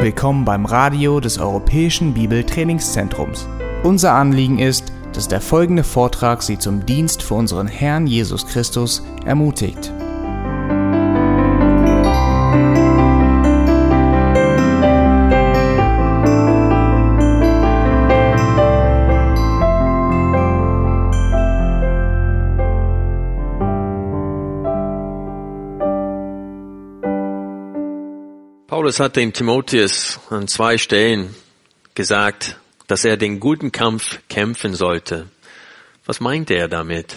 Willkommen beim Radio des Europäischen Bibeltrainingszentrums. Unser Anliegen ist, dass der folgende Vortrag Sie zum Dienst für unseren Herrn Jesus Christus ermutigt. Paulus hat dem Timotheus an 2 Stellen gesagt, dass er den guten Kampf kämpfen sollte. Was meint er damit?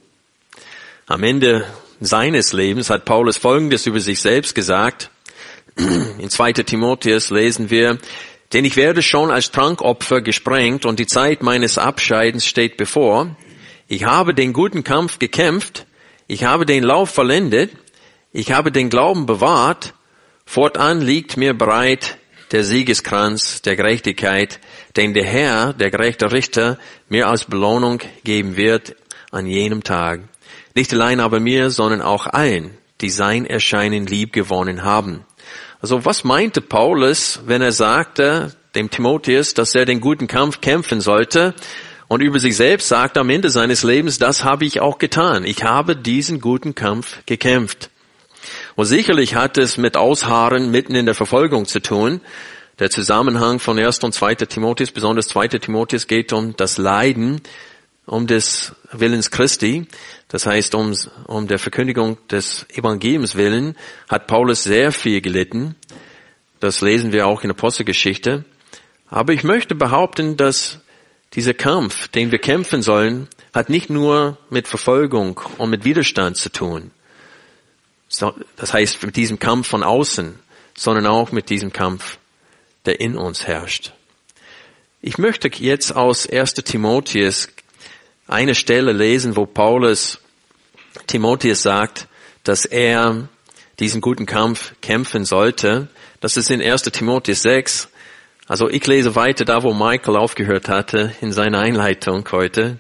Am Ende seines Lebens hat Paulus Folgendes über sich selbst gesagt. In 2. Timotheus lesen wir: Denn ich werde schon als Trankopfer gesprengt und die Zeit meines Abscheidens steht bevor. Ich habe den guten Kampf gekämpft, ich habe den Lauf vollendet, ich habe den Glauben bewahrt. Fortan liegt mir bereit der Siegeskranz der Gerechtigkeit, den der Herr, der gerechte Richter, mir als Belohnung geben wird an jenem Tag. Nicht allein aber mir, sondern auch allen, die sein Erscheinen liebgewonnen haben. Also was meinte Paulus, wenn er sagte dem Timotheus, dass er den guten Kampf kämpfen sollte, und über sich selbst sagt am Ende seines Lebens: Das habe ich auch getan. Ich habe diesen guten Kampf gekämpft. Und sicherlich hat es mit Ausharren mitten in der Verfolgung zu tun. Der Zusammenhang von 1. und 2. Timotheus, besonders 2. Timotheus, geht um das Leiden, um des Willens Christi. Das heißt, um der Verkündigung des Evangeliums willen hat Paulus sehr viel gelitten. Das lesen wir auch in der Apostelgeschichte. Aber ich möchte behaupten, dass dieser Kampf, den wir kämpfen sollen, hat nicht nur mit Verfolgung und mit Widerstand zu tun. Das heißt, mit diesem Kampf von außen, sondern auch mit diesem Kampf, der in uns herrscht. Ich möchte jetzt aus 1. Timotheus eine Stelle lesen, wo Paulus Timotheus sagt, dass er diesen guten Kampf kämpfen sollte. Das ist in 1. Timotheus 6. Also ich lese weiter da, wo Michael aufgehört hatte in seiner Einleitung heute.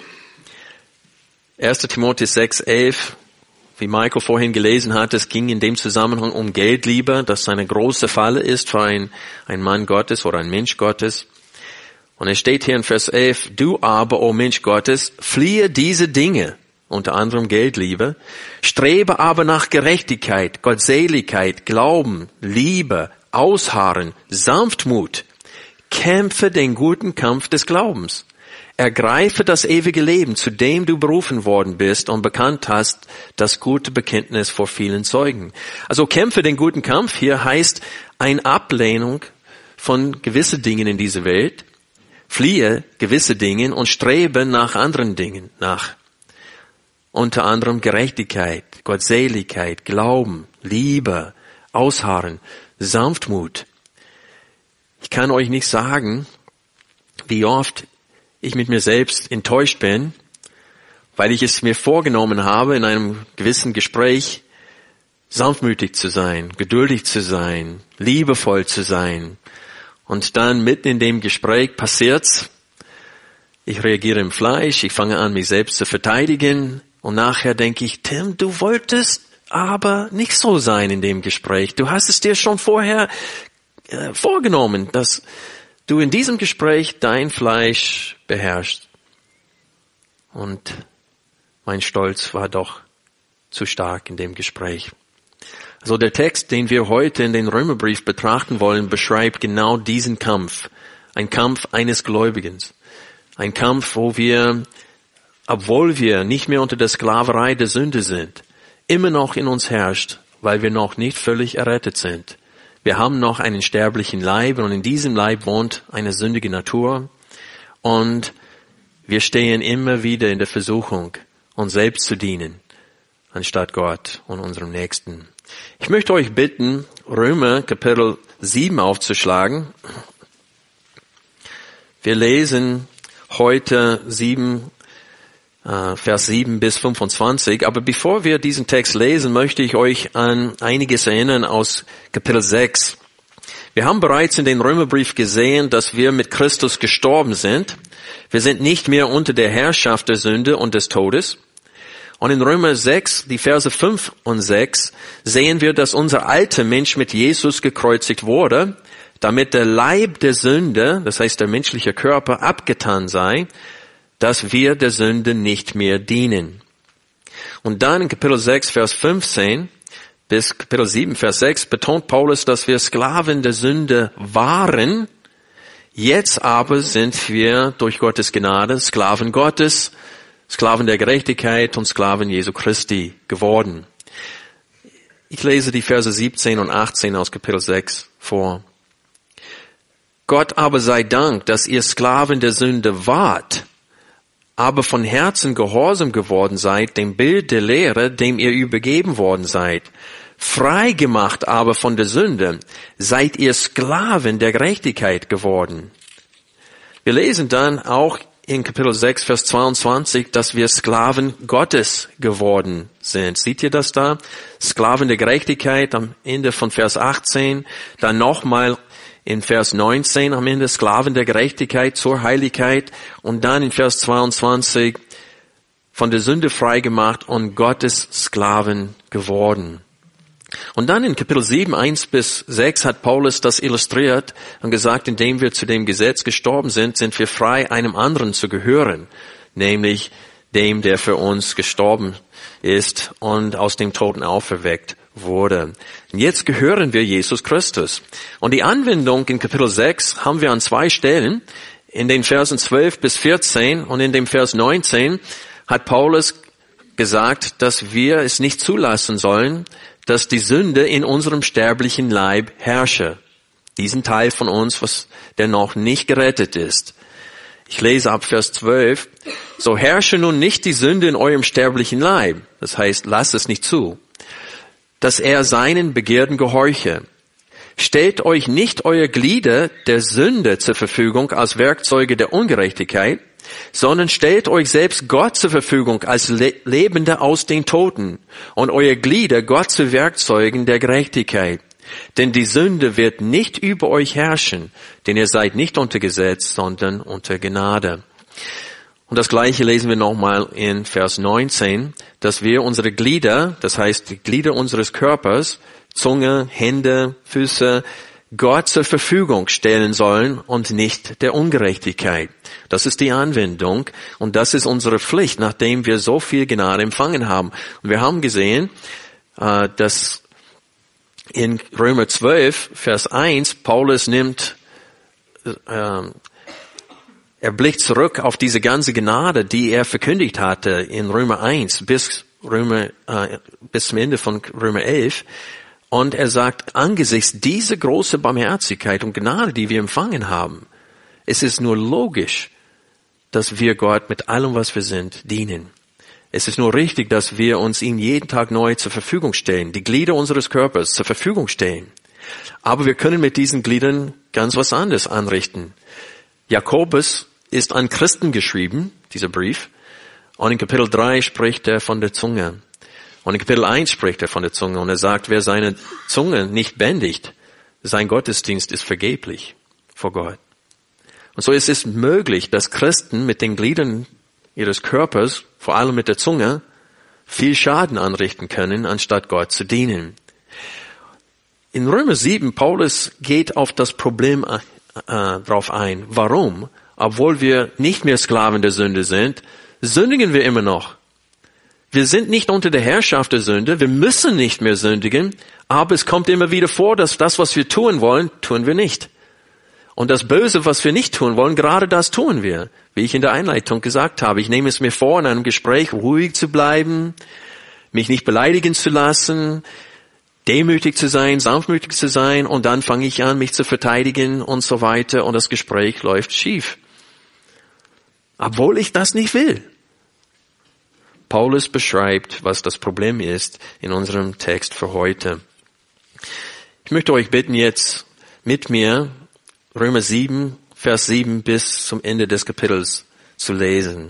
1. Timotheus 6, 11. Wie Michael vorhin gelesen hat, es ging in dem Zusammenhang um Geldliebe, das eine große Falle ist für ein Mann Gottes oder ein Mensch Gottes. Und es steht hier in Vers 11: Du aber, o Mensch Gottes, fliehe diese Dinge, unter anderem Geldliebe, strebe aber nach Gerechtigkeit, Gottseligkeit, Glauben, Liebe, Ausharren, Sanftmut, kämpfe den guten Kampf des Glaubens. Ergreife das ewige Leben, zu dem du berufen worden bist und bekannt hast, das gute Bekenntnis vor vielen Zeugen. Also kämpfe den guten Kampf hier heißt eine Ablehnung von gewissen Dingen in dieser Welt, fliehe gewisse Dinge und strebe nach anderen Dingen nach. Unter anderem Gerechtigkeit, Gottseligkeit, Glauben, Liebe, Ausharren, Sanftmut. Ich kann euch nicht sagen, wie oft ich mit mir selbst enttäuscht bin, weil ich es mir vorgenommen habe, in einem gewissen Gespräch sanftmütig zu sein, geduldig zu sein, liebevoll zu sein. Und dann mitten in dem Gespräch passiert's. Ich reagiere im Fleisch, ich fange an, mich selbst zu verteidigen. Und nachher denke ich: Tim, du wolltest aber nicht so sein in dem Gespräch. Du hast es dir schon vorher vorgenommen, dass du in diesem Gespräch dein Fleisch beherrschst. Und mein Stolz war doch zu stark in dem Gespräch. Also der Text, den wir heute in den Römerbrief betrachten wollen, beschreibt genau diesen Kampf. Ein Kampf eines Gläubigen. Ein Kampf, wo wir, obwohl wir nicht mehr unter der Sklaverei der Sünde sind, immer noch in uns herrscht, weil wir noch nicht völlig errettet sind. Wir haben noch einen sterblichen Leib und in diesem Leib wohnt eine sündige Natur. Und wir stehen immer wieder in der Versuchung, uns selbst zu dienen, anstatt Gott und unserem Nächsten. Ich möchte euch bitten, Römer Kapitel 7 aufzuschlagen. Wir lesen heute Vers 7 bis 25. Aber bevor wir diesen Text lesen, möchte ich euch an einiges erinnern aus Kapitel 6. Wir haben bereits in den Römerbrief gesehen, dass wir mit Christus gestorben sind. Wir sind nicht mehr unter der Herrschaft der Sünde und des Todes. Und in Römer 6, die Verse 5 und 6, sehen wir, dass unser alter Mensch mit Jesus gekreuzigt wurde, damit der Leib der Sünde, das heißt der menschliche Körper, abgetan sei, dass wir der Sünde nicht mehr dienen. Und dann in Kapitel 6, Vers 15 bis Kapitel 7, Vers 6 betont Paulus, dass wir Sklaven der Sünde waren. Jetzt aber sind wir durch Gottes Gnade Sklaven Gottes, Sklaven der Gerechtigkeit und Sklaven Jesu Christi geworden. Ich lese die Verse 17 und 18 aus Kapitel 6 vor. Gott aber sei Dank, dass ihr Sklaven der Sünde wart, aber von Herzen gehorsam geworden seid, dem Bild der Lehre, dem ihr übergeben worden seid. Frei gemacht aber von der Sünde, seid ihr Sklaven der Gerechtigkeit geworden. Wir lesen dann auch in Kapitel 6, Vers 22, dass wir Sklaven Gottes geworden sind. Seht ihr das da? Sklaven der Gerechtigkeit am Ende von Vers 18, dann nochmal in Vers 19 am Ende Sklaven der Gerechtigkeit zur Heiligkeit und dann in Vers 22 von der Sünde frei gemacht und Gottes Sklaven geworden. Und dann in Kapitel 7, 1 bis 6 hat Paulus das illustriert und gesagt, indem wir zu dem Gesetz gestorben sind, sind wir frei, einem anderen zu gehören, nämlich dem, der für uns gestorben ist und aus dem Toten auferweckt wurde. Und jetzt gehören wir Jesus Christus. Und die Anwendung in Kapitel 6 haben wir an 2 Stellen. In den Versen 12 bis 14 und in dem Vers 19 hat Paulus gesagt, dass wir es nicht zulassen sollen, dass die Sünde in unserem sterblichen Leib herrsche. Diesen Teil von uns, der noch nicht gerettet ist. Ich lese ab Vers 12. So herrsche nun nicht die Sünde in eurem sterblichen Leib. Das heißt, lasst es nicht zu, dass er seinen Begierden gehorche. Stellt euch nicht eure Glieder der Sünde zur Verfügung als Werkzeuge der Ungerechtigkeit, sondern stellt euch selbst Gott zur Verfügung als Lebende aus den Toten und eure Glieder Gott zu Werkzeugen der Gerechtigkeit. Denn die Sünde wird nicht über euch herrschen, denn ihr seid nicht unter Gesetz, sondern unter Gnade. Und das Gleiche lesen wir nochmal in Vers 19, dass wir unsere Glieder, das heißt die Glieder unseres Körpers, Zunge, Hände, Füße, Gott zur Verfügung stellen sollen und nicht der Ungerechtigkeit. Das ist die Anwendung und das ist unsere Pflicht, nachdem wir so viel Gnade empfangen haben. Und wir haben gesehen, dass in Römer 12, Vers 1, Paulus er blickt zurück auf diese ganze Gnade, die er verkündigt hatte in Römer 1 bis zum Ende von Römer 11. Und er sagt, angesichts dieser großen Barmherzigkeit und Gnade, die wir empfangen haben, es ist nur logisch, dass wir Gott mit allem, was wir sind, dienen. Es ist nur richtig, dass wir uns ihm jeden Tag neu zur Verfügung stellen, die Glieder unseres Körpers zur Verfügung stellen. Aber wir können mit diesen Gliedern ganz was anderes anrichten. Jakobus ist an Christen geschrieben, dieser Brief, und in Kapitel 3 spricht er von der Zunge. Und in Kapitel 1 spricht er von der Zunge und er sagt, wer seine Zunge nicht bändigt, sein Gottesdienst ist vergeblich vor Gott. Und so ist es möglich, dass Christen mit den Gliedern ihres Körpers, vor allem mit der Zunge, viel Schaden anrichten können, anstatt Gott zu dienen. In Römer 7, Paulus geht auf das Problem drauf ein. Warum? Obwohl wir nicht mehr Sklaven der Sünde sind, sündigen wir immer noch. Wir sind nicht unter der Herrschaft der Sünde, wir müssen nicht mehr sündigen, aber es kommt immer wieder vor, dass das, was wir tun wollen, tun wir nicht. Und das Böse, was wir nicht tun wollen, gerade das tun wir. Wie ich in der Einleitung gesagt habe, ich nehme es mir vor, in einem Gespräch ruhig zu bleiben, mich nicht beleidigen zu lassen, demütig zu sein, sanftmütig zu sein und dann fange ich an, mich zu verteidigen und so weiter und das Gespräch läuft schief. Obwohl ich das nicht will. Paulus beschreibt, was das Problem ist in unserem Text für heute. Ich möchte euch bitten, jetzt mit mir Römer 7, Vers 7 bis zum Ende des Kapitels zu lesen.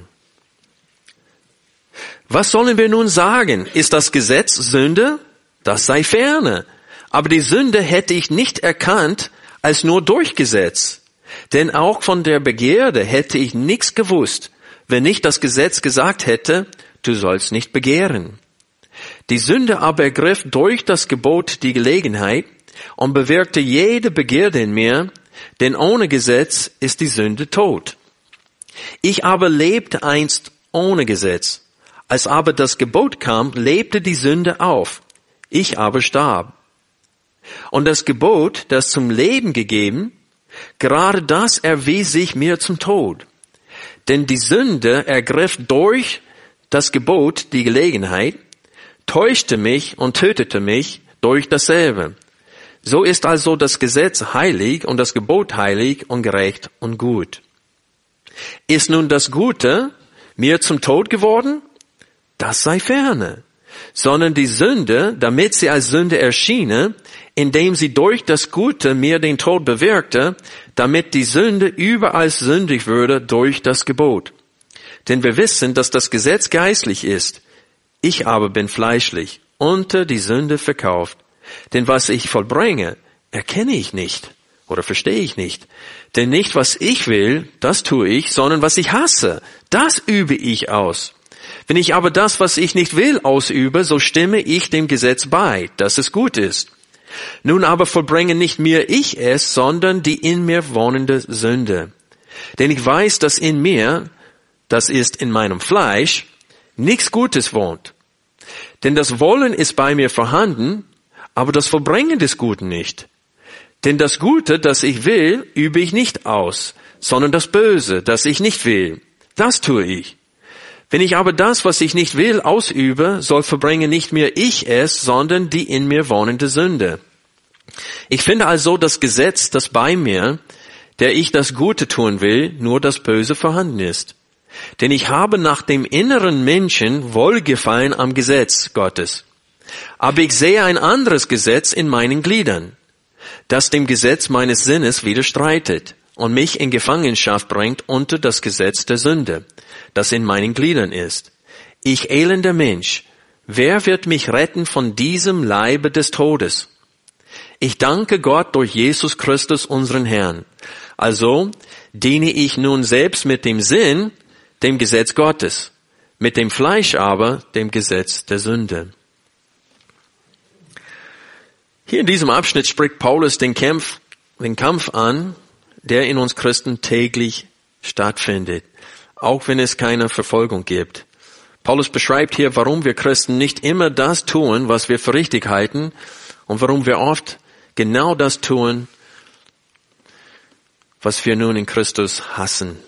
Was sollen wir nun sagen? Ist das Gesetz Sünde? Das sei ferne. Aber die Sünde hätte ich nicht erkannt als nur durch Gesetz. Denn auch von der Begierde hätte ich nichts gewusst, wenn nicht das Gesetz gesagt hätte, du sollst nicht begehren. Die Sünde aber ergriff durch das Gebot die Gelegenheit und bewirkte jede Begierde in mir, denn ohne Gesetz ist die Sünde tot. Ich aber lebte einst ohne Gesetz. Als aber das Gebot kam, lebte die Sünde auf. Ich aber starb. Und das Gebot, das zum Leben gegeben, gerade das erwies sich mir zum Tod. Denn die Sünde ergriff durch das Gebot die Gelegenheit, täuschte mich und tötete mich durch dasselbe. So ist also das Gesetz heilig und das Gebot heilig und gerecht und gut. Ist nun das Gute mir zum Tod geworden? Das sei ferne. Sondern die Sünde, damit sie als Sünde erschiene, indem sie durch das Gute mir den Tod bewirkte, damit die Sünde überall sündig würde durch das Gebot. Denn wir wissen, dass das Gesetz geistlich ist. Ich aber bin fleischlich, unter die Sünde verkauft. Denn was ich vollbringe, erkenne ich nicht oder verstehe ich nicht. Denn nicht, was ich will, das tue ich, sondern was ich hasse, das übe ich aus. Wenn ich aber das, was ich nicht will, ausübe, so stimme ich dem Gesetz bei, dass es gut ist. Nun aber vollbringe nicht mehr ich es, sondern die in mir wohnende Sünde. Denn ich weiß, dass in mir, das ist in meinem Fleisch, nichts Gutes wohnt. Denn das Wollen ist bei mir vorhanden, aber das Vollbringen des Guten nicht. Denn das Gute, das ich will, übe ich nicht aus, sondern das Böse, das ich nicht will, das tue ich. Wenn ich aber das, was ich nicht will, ausübe, soll vollbringen nicht mehr ich es, sondern die in mir wohnende Sünde. Ich finde also das Gesetz, das bei mir, der ich das Gute tun will, nur das Böse vorhanden ist. Denn ich habe nach dem inneren Menschen Wohlgefallen am Gesetz Gottes. Aber ich sehe ein anderes Gesetz in meinen Gliedern, das dem Gesetz meines Sinnes widerstreitet und mich in Gefangenschaft bringt unter das Gesetz der Sünde, das in meinen Gliedern ist. Ich elender Mensch, wer wird mich retten von diesem Leibe des Todes? Ich danke Gott durch Jesus Christus, unseren Herrn. Also diene ich nun selbst mit dem Sinn, dem Gesetz Gottes, mit dem Fleisch aber, dem Gesetz der Sünde. Hier in diesem Abschnitt spricht Paulus den Kampf an, der in uns Christen täglich stattfindet, auch wenn es keine Verfolgung gibt. Paulus beschreibt hier, warum wir Christen nicht immer das tun, was wir für richtig halten, und warum wir oft genau das tun, was wir nun in Christus hassen.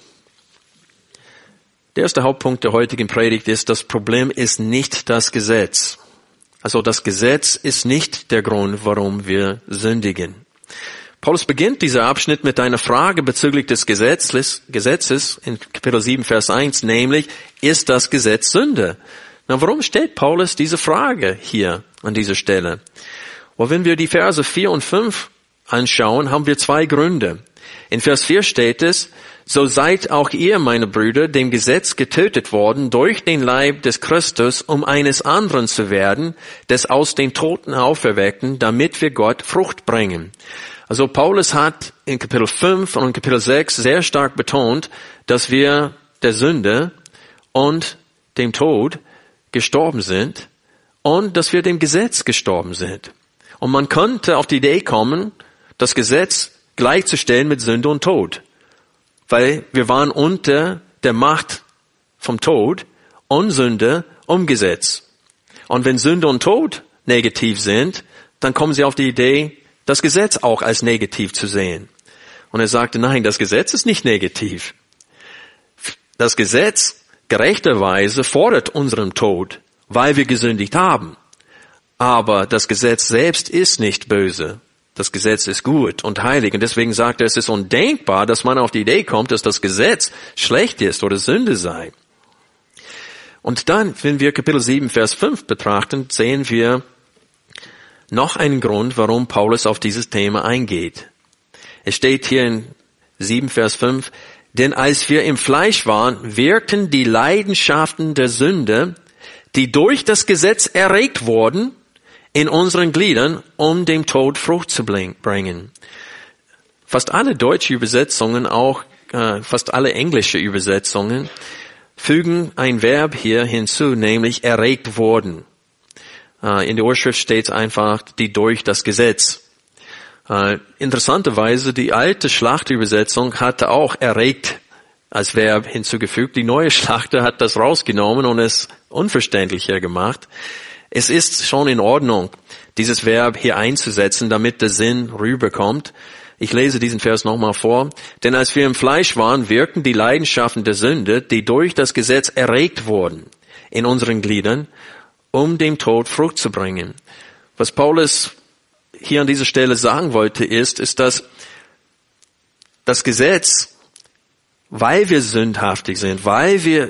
Der erste Hauptpunkt der heutigen Predigt ist, das Problem ist nicht das Gesetz. Also das Gesetz ist nicht der Grund, warum wir sündigen. Paulus beginnt dieser Abschnitt mit einer Frage bezüglich des Gesetzes in Kapitel 7, Vers 1, nämlich, ist das Gesetz Sünde? Na, warum stellt Paulus diese Frage hier an dieser Stelle? Und wenn wir die Verse 4 und 5 anschauen, haben wir zwei Gründe. In Vers 4 steht es, so seid auch ihr, meine Brüder, dem Gesetz getötet worden durch den Leib des Christus, um eines anderen zu werden, des aus den Toten auferweckten, damit wir Gott Frucht bringen. Also Paulus hat in Kapitel 5 und Kapitel 6 sehr stark betont, dass wir der Sünde und dem Tod gestorben sind und dass wir dem Gesetz gestorben sind. Und man könnte auf die Idee kommen, das Gesetz gleichzustellen mit Sünde und Tod. Weil wir waren unter der Macht vom Tod und Sünde und Gesetz. Und wenn Sünde und Tod negativ sind, dann kommen sie auf die Idee, das Gesetz auch als negativ zu sehen. Und er sagte, nein, das Gesetz ist nicht negativ. Das Gesetz gerechterweise fordert unseren Tod, weil wir gesündigt haben. Aber das Gesetz selbst ist nicht böse. Das Gesetz ist gut und heilig. Und deswegen sagt er, es ist undenkbar, dass man auf die Idee kommt, dass das Gesetz schlecht ist oder Sünde sei. Und dann, wenn wir Kapitel 7, Vers 5 betrachten, sehen wir noch einen Grund, warum Paulus auf dieses Thema eingeht. Es steht hier in 7, Vers 5, denn als wir im Fleisch waren, wirkten die Leidenschaften der Sünde, die durch das Gesetz erregt wurden, in unseren Gliedern, um dem Tod Frucht zu bringen. Fast alle deutsche Übersetzungen, auch fast alle englische Übersetzungen, fügen ein Verb hier hinzu, nämlich erregt wurden. In der Urschrift steht einfach, die durch das Gesetz. Interessanterweise, die alte Schlachterübersetzung hatte auch erregt als Verb hinzugefügt. Die neue Schlachter hat das rausgenommen und es unverständlicher gemacht. Es ist schon in Ordnung, dieses Verb hier einzusetzen, damit der Sinn rüberkommt. Ich lese diesen Vers nochmal vor. Denn als wir im Fleisch waren, wirkten die Leidenschaften der Sünde, die durch das Gesetz erregt wurden, in unseren Gliedern, um dem Tod Frucht zu bringen. Was Paulus hier an dieser Stelle sagen wollte, ist, dass das Gesetz, weil wir sündhaftig sind, weil wir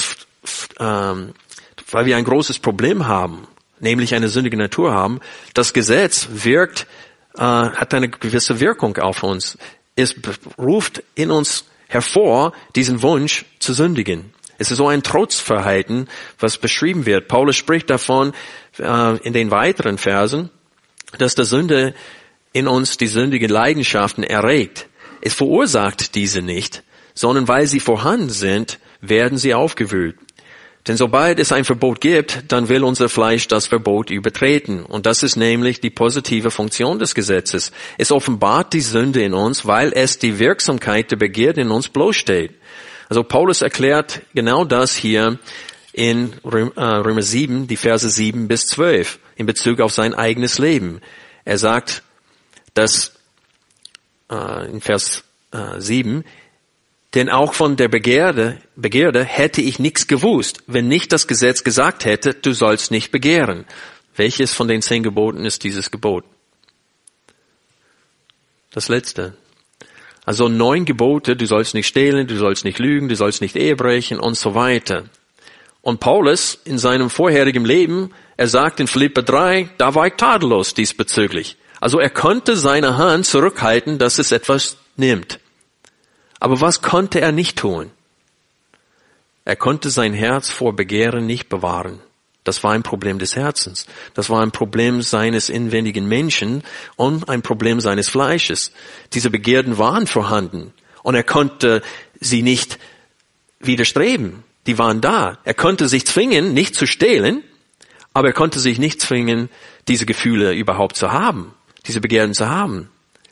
ein großes Problem haben, nämlich eine sündige Natur haben, das Gesetz hat eine gewisse Wirkung auf uns. Es ruft in uns hervor, diesen Wunsch zu sündigen. Es ist so ein Trotzverhalten, was beschrieben wird. Paulus spricht davon in den weiteren Versen, dass der Sünde in uns die sündigen Leidenschaften erregt. Es verursacht diese nicht, sondern weil sie vorhanden sind, werden sie aufgewühlt. Denn sobald es ein Verbot gibt, dann will unser Fleisch das Verbot übertreten. Und das ist nämlich die positive Funktion des Gesetzes. Es offenbart die Sünde in uns, weil es die Wirksamkeit der Begierde in uns bloßstellt. Also Paulus erklärt genau das hier in Römer 7, die Verse 7 bis 12, in Bezug auf sein eigenes Leben. Er sagt, dass in Vers 7, denn auch von der Begierde hätte ich nichts gewusst, wenn nicht das Gesetz gesagt hätte, du sollst nicht begehren. Welches von den 10 Geboten ist dieses Gebot? Das letzte. Also 9 Gebote, du sollst nicht stehlen, du sollst nicht lügen, du sollst nicht Ehe brechen und so weiter. Und Paulus in seinem vorherigen Leben, er sagt in Philipper 3, da war ich tadellos diesbezüglich. Also er konnte seine Hand zurückhalten, dass es etwas nimmt. Aber was konnte er nicht tun? Er konnte sein Herz vor Begehren nicht bewahren. Das war ein Problem des Herzens. Das war ein Problem seines inwendigen Menschen und ein Problem seines Fleisches. Diese Begierden waren vorhanden und er konnte sie nicht widerstreben. Die waren da. Er konnte sich zwingen, nicht zu stehlen, aber er konnte sich nicht zwingen, diese Gefühle überhaupt zu haben, diese Begierden zu haben.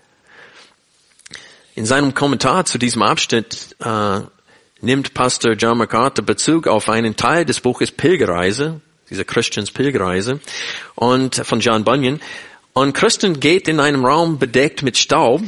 In seinem Kommentar zu diesem Abschnitt nimmt Pastor John MacArthur Bezug auf einen Teil des Buches Pilgerreise, diese Christians Pilgerreise, und von John Bunyan. Und Christian geht in einem Raum bedeckt mit Staub,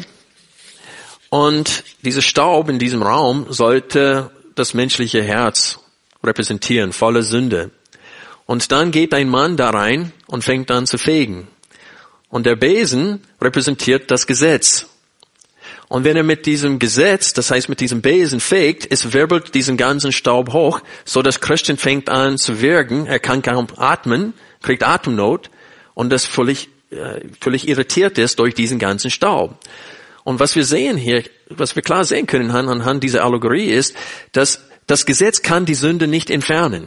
und dieser Staub in diesem Raum sollte das menschliche Herz repräsentieren, voller Sünde. Und dann geht ein Mann da rein und fängt an zu fegen. Und der Besen repräsentiert das Gesetz. Und wenn er mit diesem Gesetz, das heißt mit diesem Besen fegt, es wirbelt diesen ganzen Staub hoch, so dass Christian fängt an zu wirken. Er kann kaum atmen, kriegt Atemnot und das völlig irritiert ist durch diesen ganzen Staub. Und was wir sehen hier, was wir klar sehen können anhand dieser Allegorie ist, dass das Gesetz kann die Sünde nicht entfernen.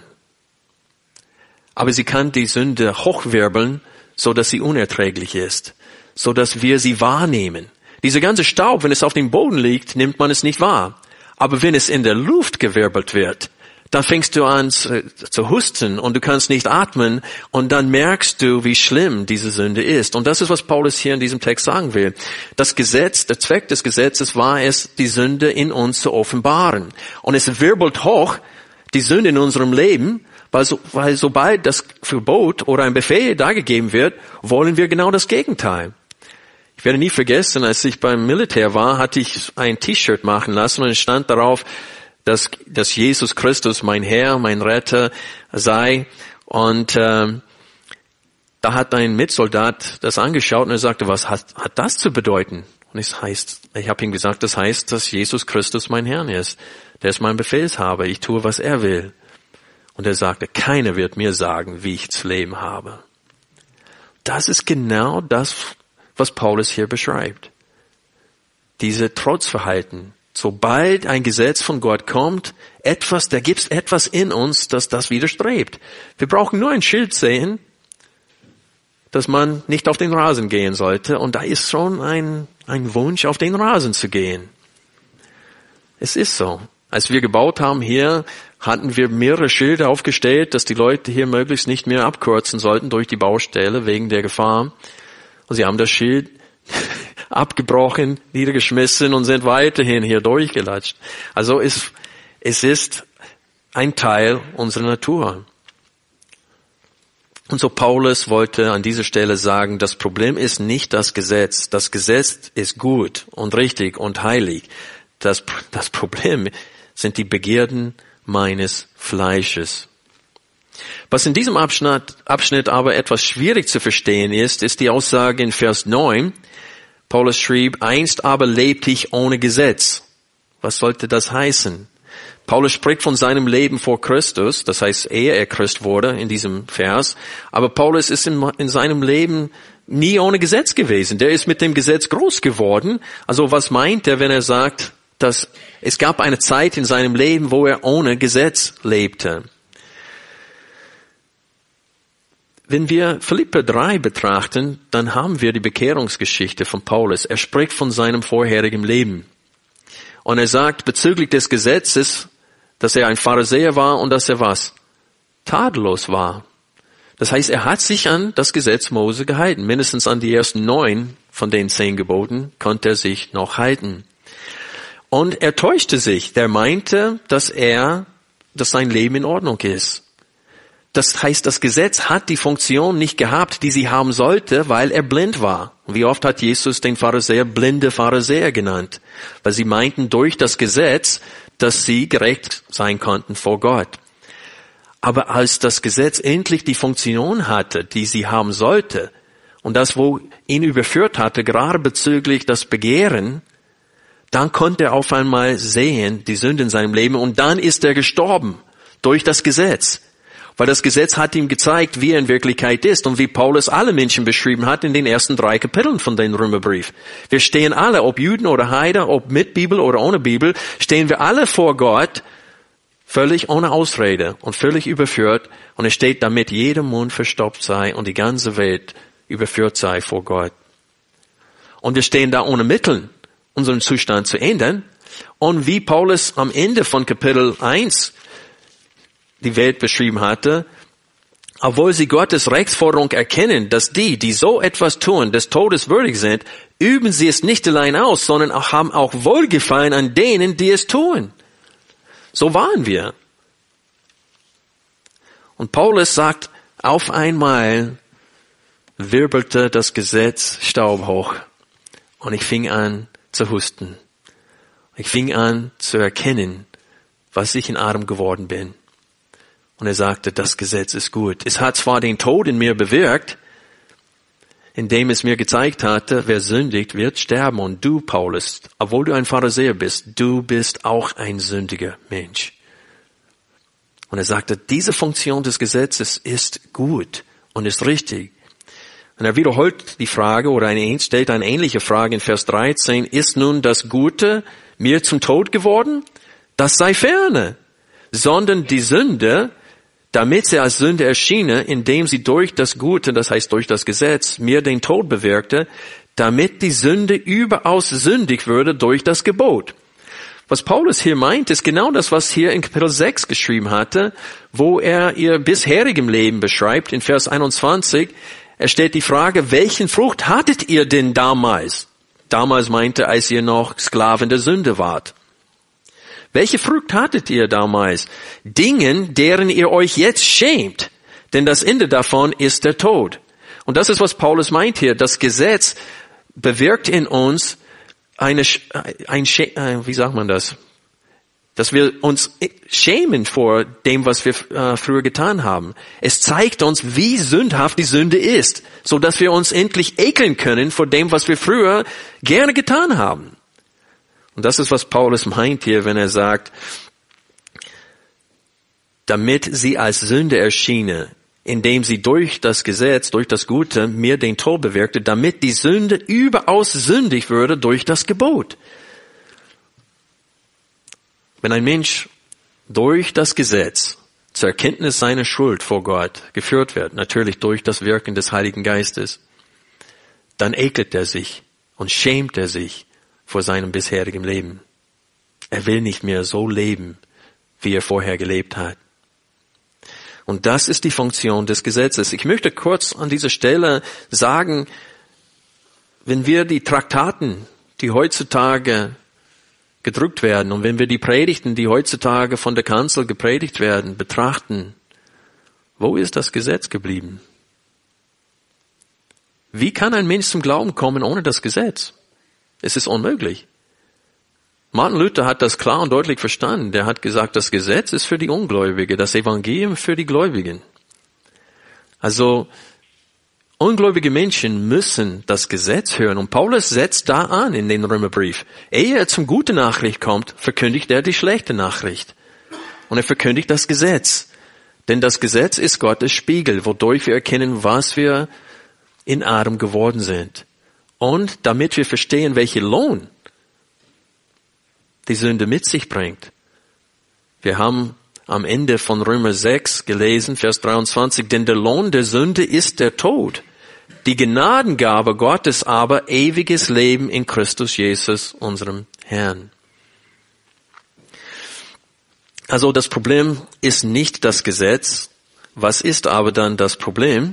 Aber sie kann die Sünde hochwirbeln, so dass sie unerträglich ist, so dass wir sie wahrnehmen. Dieser ganze Staub, wenn es auf dem Boden liegt, nimmt man es nicht wahr. Aber wenn es in der Luft gewirbelt wird, dann fängst du an zu husten und du kannst nicht atmen und dann merkst du, wie schlimm diese Sünde ist. Und das ist, was Paulus hier in diesem Text sagen will. Das Gesetz, der Zweck des Gesetzes war es, die Sünde in uns zu offenbaren. Und es wirbelt hoch die Sünde in unserem Leben, weil sobald das Verbot oder ein Befehl dargegeben wird, wollen wir genau das Gegenteil. Ich werde nie vergessen, als ich beim Militär war, hatte ich ein T-Shirt machen lassen und es stand darauf, dass Jesus Christus mein Herr, mein Retter sei. Und da hat ein Mitsoldat das angeschaut und er sagte, was hat das zu bedeuten? Und ich habe ihm gesagt, das heißt, dass Jesus Christus mein Herr ist. Der ist mein Befehlshaber, ich tue, was er will. Und er sagte, keiner wird mir sagen, wie ich zu leben habe. Das ist genau das, was Paulus hier beschreibt. Diese Trotzverhalten. Sobald ein Gesetz von Gott kommt, da gibt's etwas in uns, das widerstrebt. Wir brauchen nur ein Schild sehen, dass man nicht auf den Rasen gehen sollte. Und da ist schon ein Wunsch, auf den Rasen zu gehen. Es ist so. Als wir gebaut haben hier, hatten wir mehrere Schilder aufgestellt, dass die Leute hier möglichst nicht mehr abkürzen sollten durch die Baustelle wegen der Gefahr. Und sie haben das Schild abgebrochen, niedergeschmissen und sind weiterhin hier durchgelatscht. Also es ist ein Teil unserer Natur. Und so Paulus wollte an dieser Stelle sagen, das Problem ist nicht das Gesetz. Das Gesetz ist gut und richtig und heilig. Das Problem sind die Begierden meines Fleisches. Was in diesem Abschnitt aber etwas schwierig zu verstehen ist die Aussage in Vers 9. Paulus schrieb, einst aber lebte ich ohne Gesetz. Was sollte das heißen? Paulus spricht von seinem Leben vor Christus, das heißt, ehe er Christ wurde in diesem Vers. Aber Paulus ist in seinem Leben nie ohne Gesetz gewesen. Der ist mit dem Gesetz groß geworden. Also was meint er, wenn er sagt, dass es gab eine Zeit in seinem Leben, wo er ohne Gesetz lebte? Wenn wir Philipper 3 betrachten, dann haben wir die Bekehrungsgeschichte von Paulus. Er spricht von seinem vorherigen Leben. Und er sagt bezüglich des Gesetzes, dass er ein Pharisäer war und dass er was? Tadellos war. Das heißt, er hat sich an das Gesetz Mose gehalten. Mindestens an die ersten 9 von den 10 Geboten konnte er sich noch halten. Und er täuschte sich. Der meinte, dass sein Leben in Ordnung ist. Das heißt, das Gesetz hat die Funktion nicht gehabt, die sie haben sollte, weil er blind war. Wie oft hat Jesus den Pharisäer blinde Pharisäer genannt? Weil sie meinten durch das Gesetz, dass sie gerecht sein konnten vor Gott. Aber als das Gesetz endlich die Funktion hatte, die sie haben sollte, und das, wo ihn überführt hatte, gerade bezüglich das Begehren, dann konnte er auf einmal sehen, die Sünde in seinem Leben, und dann ist er gestorben durch das Gesetz. Weil das Gesetz hat ihm gezeigt, wie er in Wirklichkeit ist und wie Paulus alle Menschen beschrieben hat in den ersten 3 Kapiteln von dem Römerbrief. Wir stehen alle, ob Juden oder Heiden, ob mit Bibel oder ohne Bibel, stehen wir alle vor Gott, völlig ohne Ausrede und völlig überführt. Und es steht, damit jeder Mund verstopft sei und die ganze Welt überführt sei vor Gott. Und wir stehen da ohne Mittel, unseren Zustand zu ändern. Und wie Paulus am Ende von Kapitel 1 die Welt beschrieben hatte, obwohl sie Gottes Rechtsforderung erkennen, dass die so etwas tun, des Todes würdig sind, üben sie es nicht allein aus, sondern haben auch Wohlgefallen an denen, die es tun. So waren wir. Und Paulus sagt, auf einmal wirbelte das Gesetz Staub hoch und ich fing an zu husten. Ich fing an zu erkennen, was ich in Adam geworden bin. Und er sagte, das Gesetz ist gut. Es hat zwar den Tod in mir bewirkt, indem es mir gezeigt hatte, wer sündigt, wird sterben. Und du, Paulus, obwohl du ein Pharisäer bist, du bist auch ein sündiger Mensch. Und er sagte, diese Funktion des Gesetzes ist gut und ist richtig. Und er wiederholt die Frage oder stellt eine ähnliche Frage in Vers 13. Ist nun das Gute mir zum Tod geworden? Das sei ferne. Sondern die Sünde, damit sie als Sünde erschiene, indem sie durch das Gute, das heißt durch das Gesetz, mir den Tod bewirkte, damit die Sünde überaus sündig würde durch das Gebot. Was Paulus hier meint, ist genau das, was hier in Kapitel 6 geschrieben hatte, wo er ihr bisherigen Leben beschreibt. In Vers 21, er stellt die Frage, welchen Frucht hattet ihr denn damals? Damals meinte, als ihr noch Sklaven der Sünde wart. Welche Frucht hattet ihr damals? Dingen, deren ihr euch jetzt schämt. Denn das Ende davon ist der Tod. Und das ist, was Paulus meint hier. Das Gesetz bewirkt in uns wie sagt man das? Dass wir uns schämen vor dem, was wir früher getan haben. Es zeigt uns, wie sündhaft die Sünde ist, so dass wir uns endlich ekeln können vor dem, was wir früher gerne getan haben. Und das ist, was Paulus meint hier, wenn er sagt, damit sie als Sünde erschiene, indem sie durch das Gesetz, durch das Gute, mir den Tod bewirkte, damit die Sünde überaus sündig würde durch das Gebot. Wenn ein Mensch durch das Gesetz zur Erkenntnis seiner Schuld vor Gott geführt wird, natürlich durch das Wirken des Heiligen Geistes, dann ekelt er sich und schämt er sich vor seinem bisherigen Leben. Er will nicht mehr so leben, wie er vorher gelebt hat. Und das ist die Funktion des Gesetzes. Ich möchte kurz an dieser Stelle sagen, wenn wir die Traktaten, die heutzutage gedruckt werden, und wenn wir die Predigten, die heutzutage von der Kanzel gepredigt werden, betrachten, wo ist das Gesetz geblieben? Wie kann ein Mensch zum Glauben kommen ohne das Gesetz? Es ist unmöglich. Martin Luther hat das klar und deutlich verstanden. Der hat gesagt, das Gesetz ist für die Ungläubige, das Evangelium für die Gläubigen. Also, ungläubige Menschen müssen das Gesetz hören. Und Paulus setzt da an in den Römerbrief. Ehe er zum gute Nachricht kommt, verkündigt er die schlechte Nachricht. Und er verkündigt das Gesetz. Denn das Gesetz ist Gottes Spiegel, wodurch wir erkennen, was wir in Adam geworden sind. Und damit wir verstehen, welchen Lohn die Sünde mit sich bringt. Wir haben am Ende von Römer 6 gelesen, Vers 23, denn der Lohn der Sünde ist der Tod. Die Gnadengabe Gottes aber ewiges Leben in Christus Jesus, unserem Herrn. Also das Problem ist nicht das Gesetz. Was ist aber dann das Problem?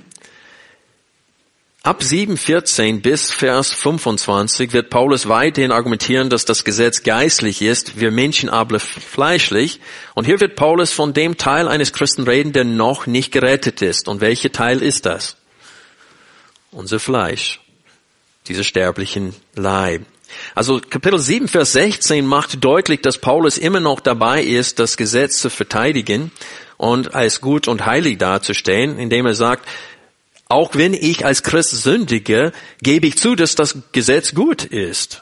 Ab 7,14 bis Vers 25 wird Paulus weiterhin argumentieren, dass das Gesetz geistlich ist, wir Menschen aber fleischlich. Und hier wird Paulus von dem Teil eines Christen reden, der noch nicht gerettet ist. Und welcher Teil ist das? Unser Fleisch, dieser sterblichen Leib. Also Kapitel 7, Vers 16 macht deutlich, dass Paulus immer noch dabei ist, das Gesetz zu verteidigen und als gut und heilig darzustellen, indem er sagt, auch wenn ich als Christ sündige, gebe ich zu, dass das Gesetz gut ist.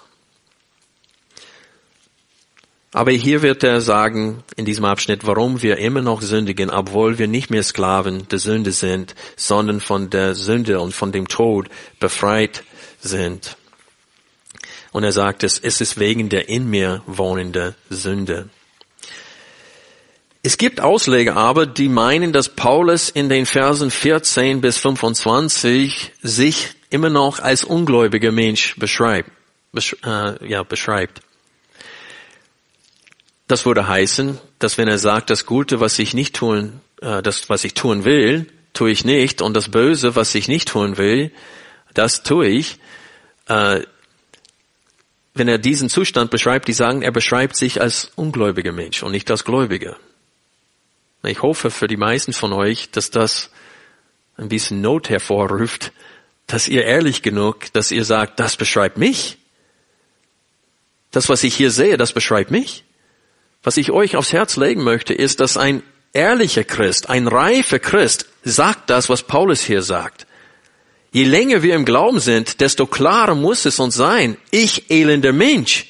Aber hier wird er sagen, in diesem Abschnitt, warum wir immer noch sündigen, obwohl wir nicht mehr Sklaven der Sünde sind, sondern von der Sünde und von dem Tod befreit sind. Und er sagt, es ist wegen der in mir wohnenden Sünde. Es gibt Ausleger aber, die meinen, dass Paulus in den Versen 14 bis 25 sich immer noch als ungläubiger Mensch beschreibt. Das würde heißen, dass wenn er sagt, das Gute, was ich nicht tun, das, was ich tun will, tue ich nicht, und das Böse, was ich nicht tun will, das tue ich. Wenn er diesen Zustand beschreibt, die sagen, er beschreibt sich als ungläubiger Mensch und nicht als Gläubiger. Ich hoffe für die meisten von euch, dass das ein bisschen Not hervorruft, dass ihr ehrlich genug, dass ihr sagt, das beschreibt mich. Das, was ich hier sehe, das beschreibt mich. Was ich euch aufs Herz legen möchte, ist, dass ein ehrlicher Christ, ein reifer Christ sagt das, was Paulus hier sagt. Je länger wir im Glauben sind, desto klarer muss es uns sein, ich elender Mensch.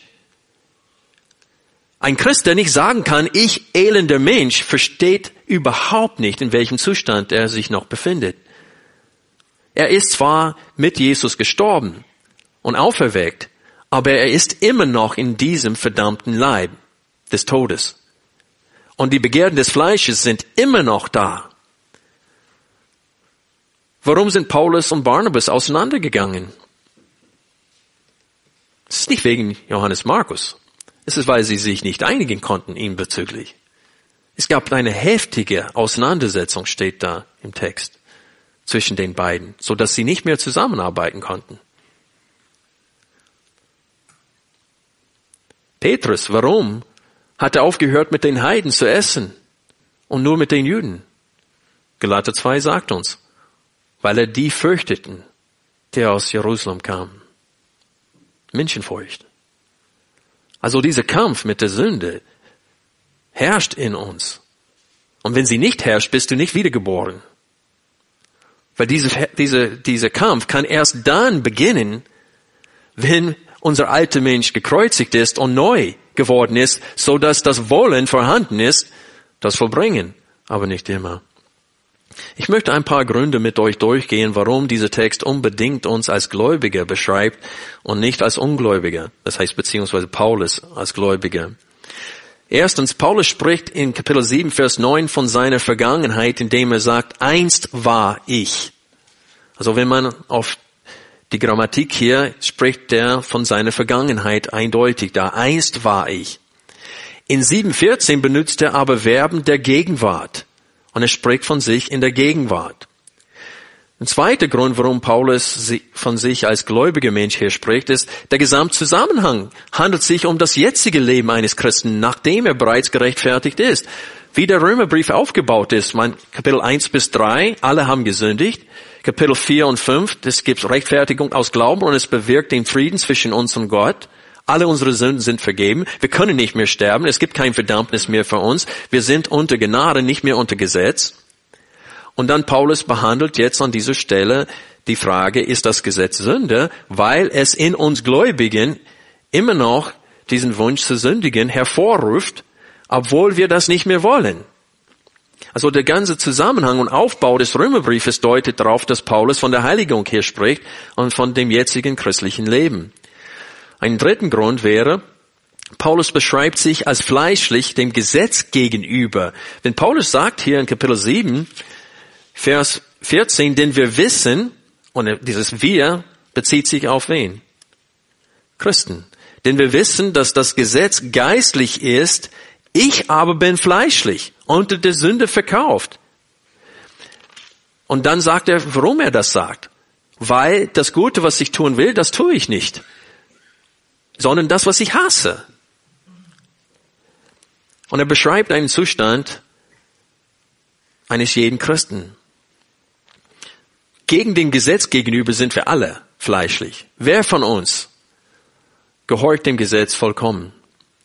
Ein Christ, der nicht sagen kann, ich elender Mensch, versteht überhaupt nicht, in welchem Zustand er sich noch befindet. Er ist zwar mit Jesus gestorben und auferweckt, aber er ist immer noch in diesem verdammten Leib des Todes. Und die Begierden des Fleisches sind immer noch da. Warum sind Paulus und Barnabas auseinandergegangen? Es ist nicht wegen Johannes Markus. Es ist, weil sie sich nicht einigen konnten ihm bezüglich. Es gab eine heftige Auseinandersetzung, steht da im Text, zwischen den beiden, so dass sie nicht mehr zusammenarbeiten konnten. Petrus, warum hat er aufgehört, mit den Heiden zu essen und nur mit den Juden? Galater 2 sagt uns, weil er die fürchteten, der aus Jerusalem kam. Menschenfurcht. Also dieser Kampf mit der Sünde herrscht in uns. Und wenn sie nicht herrscht, bist du nicht wiedergeboren. Weil dieser Kampf kann erst dann beginnen, wenn unser alter Mensch gekreuzigt ist und neu geworden ist, so dass das Wollen vorhanden ist, das Vollbringen, aber nicht immer. Ich möchte ein paar Gründe mit euch durchgehen, warum dieser Text unbedingt uns als Gläubiger beschreibt und nicht als Ungläubiger. Das heißt, beziehungsweise Paulus als Gläubiger. Erstens, Paulus spricht in Kapitel 7, Vers 9 von seiner Vergangenheit, indem er sagt, einst war ich. Also wenn man auf die Grammatik hier spricht, der von seiner Vergangenheit eindeutig da. Einst war ich. In 7,14 benutzt er aber Verben der Gegenwart. Und er spricht von sich in der Gegenwart. Ein zweiter Grund, warum Paulus von sich als gläubiger Mensch hier spricht, ist, der Gesamtzusammenhang handelt sich um das jetzige Leben eines Christen, nachdem er bereits gerechtfertigt ist. Wie der Römerbrief aufgebaut ist, Kapitel 1 bis 3, alle haben gesündigt. Kapitel 4 und 5, es gibt Rechtfertigung aus Glauben und es bewirkt den Frieden zwischen uns und Gott. Alle unsere Sünden sind vergeben. Wir können nicht mehr sterben. Es gibt kein Verdammnis mehr für uns. Wir sind unter Gnade, nicht mehr unter Gesetz. Und dann Paulus behandelt jetzt an dieser Stelle die Frage, ist das Gesetz Sünde? Weil es in uns Gläubigen immer noch diesen Wunsch zu sündigen hervorruft, obwohl wir das nicht mehr wollen. Also der ganze Zusammenhang und Aufbau des Römerbriefes deutet darauf, dass Paulus von der Heiligung hier spricht und von dem jetzigen christlichen Leben. Ein dritten Grund wäre, Paulus beschreibt sich als fleischlich dem Gesetz gegenüber. Wenn Paulus sagt hier in Kapitel 7, Vers 14, denn wir wissen, und dieses wir bezieht sich auf wen? Christen. Denn wir wissen, dass das Gesetz geistlich ist, ich aber bin fleischlich, unter der Sünde verkauft. Und dann sagt er, warum er das sagt. Weil das Gute, was ich tun will, das tue ich nicht. Sondern das, was ich hasse. Und er beschreibt einen Zustand eines jeden Christen. Gegen den Gesetz gegenüber sind wir alle fleischlich. Wer von uns gehorcht dem Gesetz vollkommen?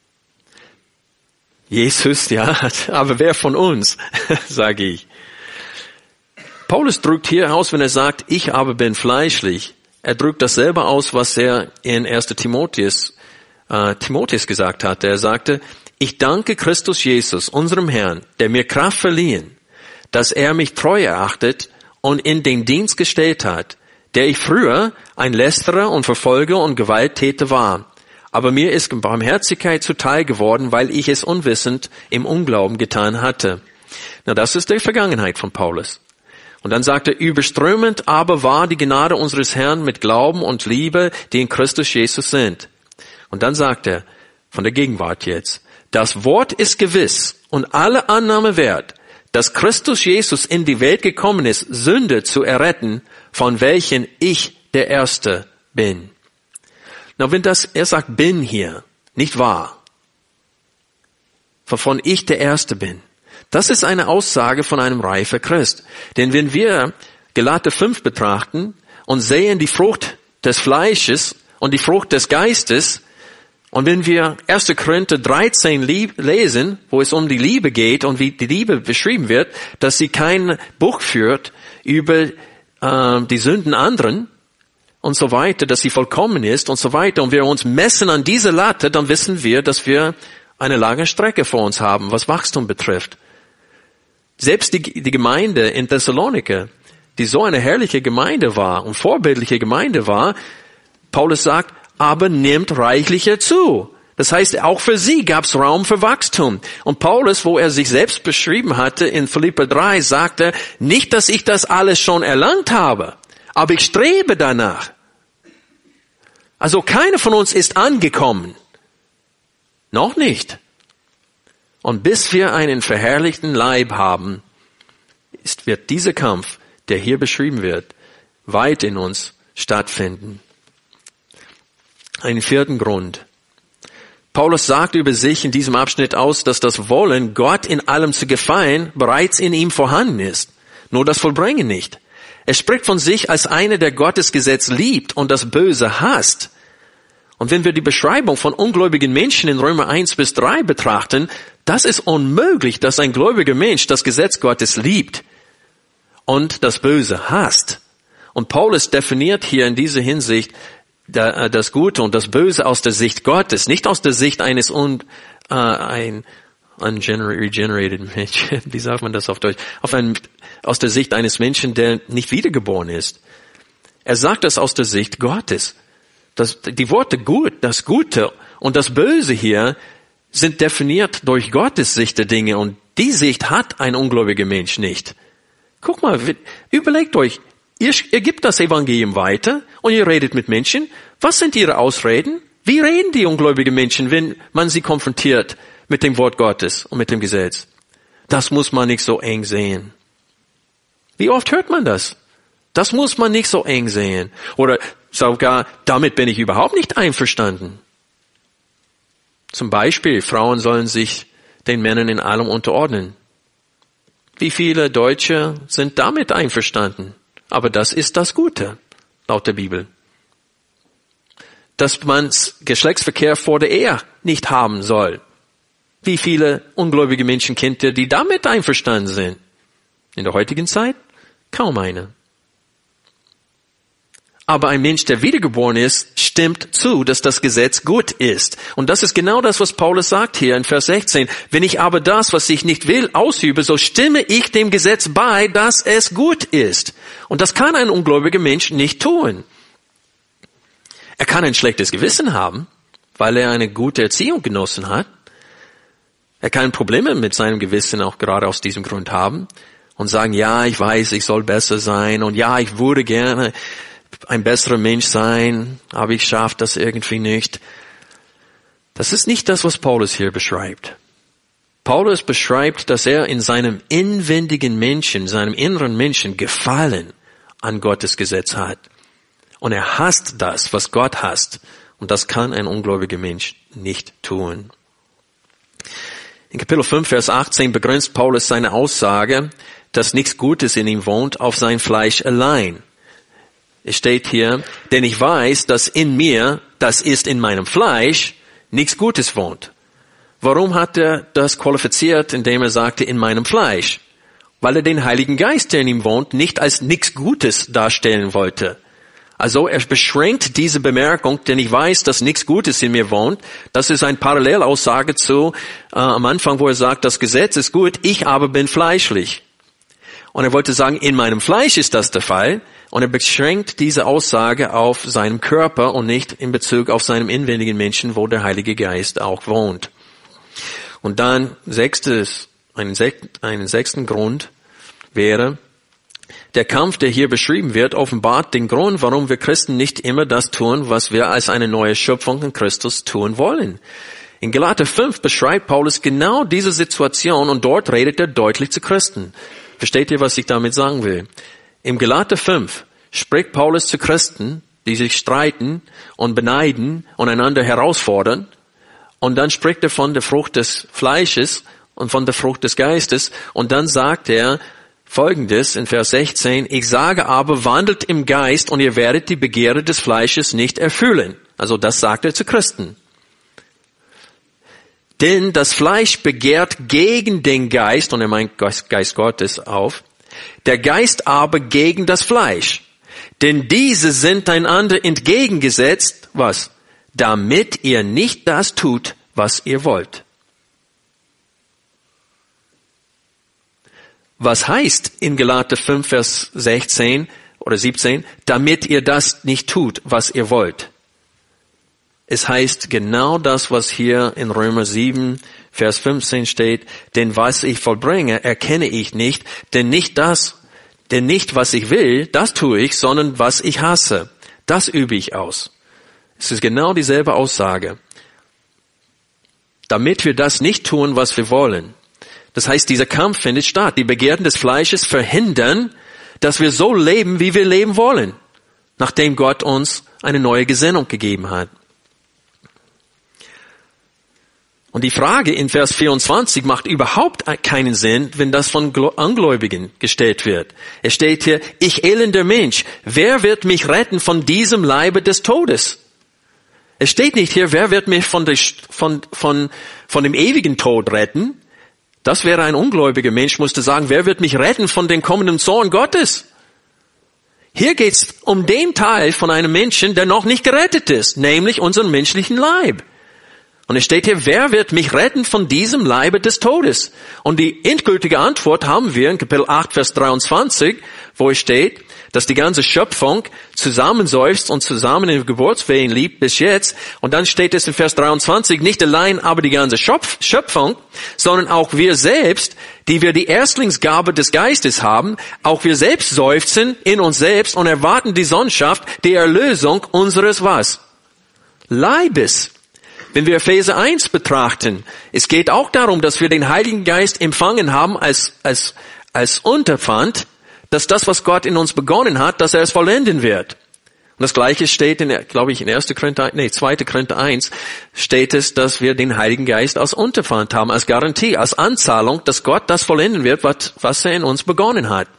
Jesus, ja, aber wer von uns, sage ich. Paulus drückt hier aus, wenn er sagt, ich aber bin fleischlich. Er drückt dasselbe aus, was er in 1. Timotheus gesagt hatte. Er sagte, ich danke Christus Jesus, unserem Herrn, der mir Kraft verliehen, dass er mich treu erachtet und in den Dienst gestellt hat, der ich früher ein Lästerer und Verfolger und Gewalttäter war. Aber mir ist Barmherzigkeit zuteil geworden, weil ich es unwissend im Unglauben getan hatte. Na, das ist die Vergangenheit von Paulus. Und dann sagt er, überströmend aber war die Gnade unseres Herrn mit Glauben und Liebe, die in Christus Jesus sind. Und dann sagt er, von der Gegenwart jetzt, das Wort ist gewiss und alle Annahme wert, dass Christus Jesus in die Welt gekommen ist, Sünde zu erretten, von welchen ich der Erste bin. Na, er sagt bin hier, nicht wahr? Von ich der Erste bin. Das ist eine Aussage von einem reifen Christ. Denn wenn wir Galater 5 betrachten und sehen die Frucht des Fleisches und die Frucht des Geistes, und wenn wir 1. Korinther 13 lesen, wo es um die Liebe geht und wie die Liebe beschrieben wird, dass sie kein Buch führt über die Sünden anderen und so weiter, dass sie vollkommen ist und so weiter, und wir uns messen an diese Latte, dann wissen wir, dass wir eine lange Strecke vor uns haben, was Wachstum betrifft. Selbst die Gemeinde in Thessalonike, die so eine herrliche Gemeinde war und vorbildliche Gemeinde war, Paulus sagt, aber nimmt reichlicher zu. Das heißt, auch für sie gab es Raum für Wachstum. Und Paulus, wo er sich selbst beschrieben hatte, in Philipper 3, sagte, nicht, dass ich das alles schon erlangt habe, aber ich strebe danach. Also keiner von uns ist angekommen. Noch nicht. Und bis wir einen verherrlichten Leib haben, wird dieser Kampf, der hier beschrieben wird, weit in uns stattfinden. Einen vierten Grund. Paulus sagt über sich in diesem Abschnitt aus, dass das Wollen, Gott in allem zu gefallen, bereits in ihm vorhanden ist. Nur das Vollbringen nicht. Er spricht von sich als einer, der Gottes Gesetz liebt und das Böse hasst. Und wenn wir die Beschreibung von ungläubigen Menschen in Römer 1 bis 3 betrachten, das ist unmöglich, dass ein gläubiger Mensch das Gesetz Gottes liebt und das Böse hasst. Und Paulus definiert hier in dieser Hinsicht das Gute und das Böse aus der Sicht Gottes, nicht aus der Sicht eines unregenerated Menschen. Wie sagt man das auf Deutsch? Aus der Sicht eines Menschen, der nicht wiedergeboren ist. Er sagt das aus der Sicht Gottes. Die Worte gut, das Gute und das Böse hier sind definiert durch Gottes Sicht der Dinge, und die Sicht hat ein ungläubiger Mensch nicht. Guck mal, überlegt euch, ihr gebt das Evangelium weiter und ihr redet mit Menschen. Was sind ihre Ausreden? Wie reden die ungläubigen Menschen, wenn man sie konfrontiert mit dem Wort Gottes und mit dem Gesetz. Das muss man nicht so eng sehen. Wie oft hört man das? Das muss man nicht so eng sehen. Oder sogar, damit bin ich überhaupt nicht einverstanden. Zum Beispiel, Frauen sollen sich den Männern in allem unterordnen. Wie viele Deutsche sind damit einverstanden? Aber das ist das Gute, laut der Bibel. Dass man Geschlechtsverkehr vor der Ehe nicht haben soll. Wie viele ungläubige Menschen kennt ihr, die damit einverstanden sind? In der heutigen Zeit? Kaum eine. Aber ein Mensch, der wiedergeboren ist, stimmt zu, dass das Gesetz gut ist. Und das ist genau das, was Paulus sagt hier in Vers 16. Wenn ich aber das, was ich nicht will, ausübe, so stimme ich dem Gesetz bei, dass es gut ist. Und das kann ein ungläubiger Mensch nicht tun. Er kann ein schlechtes Gewissen haben, weil er eine gute Erziehung genossen hat. Er kann Probleme mit seinem Gewissen auch gerade aus diesem Grund haben und sagen, ja, ich weiß, ich soll besser sein und ja, ich würde gerne ein besserer Mensch sein, aber ich schaffe das irgendwie nicht. Das ist nicht das, was Paulus hier beschreibt. Paulus beschreibt, dass er in seinem inwendigen Menschen, seinem inneren Menschen Gefallen an Gottes Gesetz hat. Und er hasst das, was Gott hasst. Und das kann ein ungläubiger Mensch nicht tun. In Kapitel 5, Vers 18 begrenzt Paulus seine Aussage, dass nichts Gutes in ihm wohnt, auf sein Fleisch allein. Es steht hier, denn ich weiß, dass in mir, das ist in meinem Fleisch, nichts Gutes wohnt. Warum hat er das qualifiziert, indem er sagte, in meinem Fleisch? Weil er den Heiligen Geist, der in ihm wohnt, nicht als nichts Gutes darstellen wollte. Also er beschränkt diese Bemerkung, denn ich weiß, dass nichts Gutes in mir wohnt. Das ist eine Parallelaussage zu am Anfang, wo er sagt, das Gesetz ist gut, ich aber bin fleischlich. Und er wollte sagen, in meinem Fleisch ist das der Fall. Und er beschränkt diese Aussage auf seinem Körper und nicht in Bezug auf seinem inwendigen Menschen, wo der Heilige Geist auch wohnt. Und dann einen sechsten Grund wäre, der Kampf, der hier beschrieben wird, offenbart den Grund, warum wir Christen nicht immer das tun, was wir als eine neue Schöpfung in Christus tun wollen. In Galater 5 beschreibt Paulus genau diese Situation und dort redet er deutlich zu Christen. Versteht ihr, was ich damit sagen will? Im Galater 5 spricht Paulus zu Christen, die sich streiten und beneiden und einander herausfordern. Und dann spricht er von der Frucht des Fleisches und von der Frucht des Geistes. Und dann sagt er Folgendes in Vers 16, ich sage aber, wandelt im Geist und ihr werdet die Begehre des Fleisches nicht erfüllen. Also das sagt er zu Christen. Denn das Fleisch begehrt gegen den Geist, und er meint Geist Gottes auf, der Geist aber gegen das Fleisch. Denn diese sind einander entgegengesetzt, was? Damit ihr nicht das tut, was ihr wollt. Was heißt in Galater 5, Vers 16 oder 17, damit ihr das nicht tut, was ihr wollt? Es heißt genau das, was hier in Römer 7, Vers 15 steht, denn was ich vollbringe, erkenne ich nicht, denn nicht, was ich will, das tue ich, sondern was ich hasse, das übe ich aus. Es ist genau dieselbe Aussage. Damit wir das nicht tun, was wir wollen. Das heißt, dieser Kampf findet statt. Die Begehrten des Fleisches verhindern, dass wir so leben, wie wir leben wollen, nachdem Gott uns eine neue Gesinnung gegeben hat. Und die Frage in Vers 24 macht überhaupt keinen Sinn, wenn das von Ungläubigen gestellt wird. Es steht hier, ich elender Mensch, wer wird mich retten von diesem Leibe des Todes? Es steht nicht hier, wer wird mich von dem ewigen Tod retten? Das wäre ein ungläubiger Mensch, musste sagen, wer wird mich retten von dem kommenden Zorn Gottes? Hier geht es um den Teil von einem Menschen, der noch nicht gerettet ist, nämlich unseren menschlichen Leib. Und es steht hier, wer wird mich retten von diesem Leibe des Todes? Und die endgültige Antwort haben wir in Kapitel 8, Vers 23, wo es steht, dass die ganze Schöpfung zusammenseufzt und zusammen in Geburtswehen liebt bis jetzt. Und dann steht es in Vers 23, nicht allein aber die ganze Schöpfung, sondern auch wir selbst, die wir die Erstlingsgabe des Geistes haben, auch wir selbst seufzen in uns selbst und erwarten die Sohnschaft, die Erlösung unseres was? Leibes. Wenn wir Epheser 1 betrachten, es geht auch darum, dass wir den Heiligen Geist empfangen haben als Unterpfand, dass das, was Gott in uns begonnen hat, dass er es vollenden wird. Und das Gleiche steht in 2. Korinther 1 steht es, dass wir den Heiligen Geist als Unterpfand haben, als Garantie, als Anzahlung, dass Gott das vollenden wird, was er in uns begonnen hat.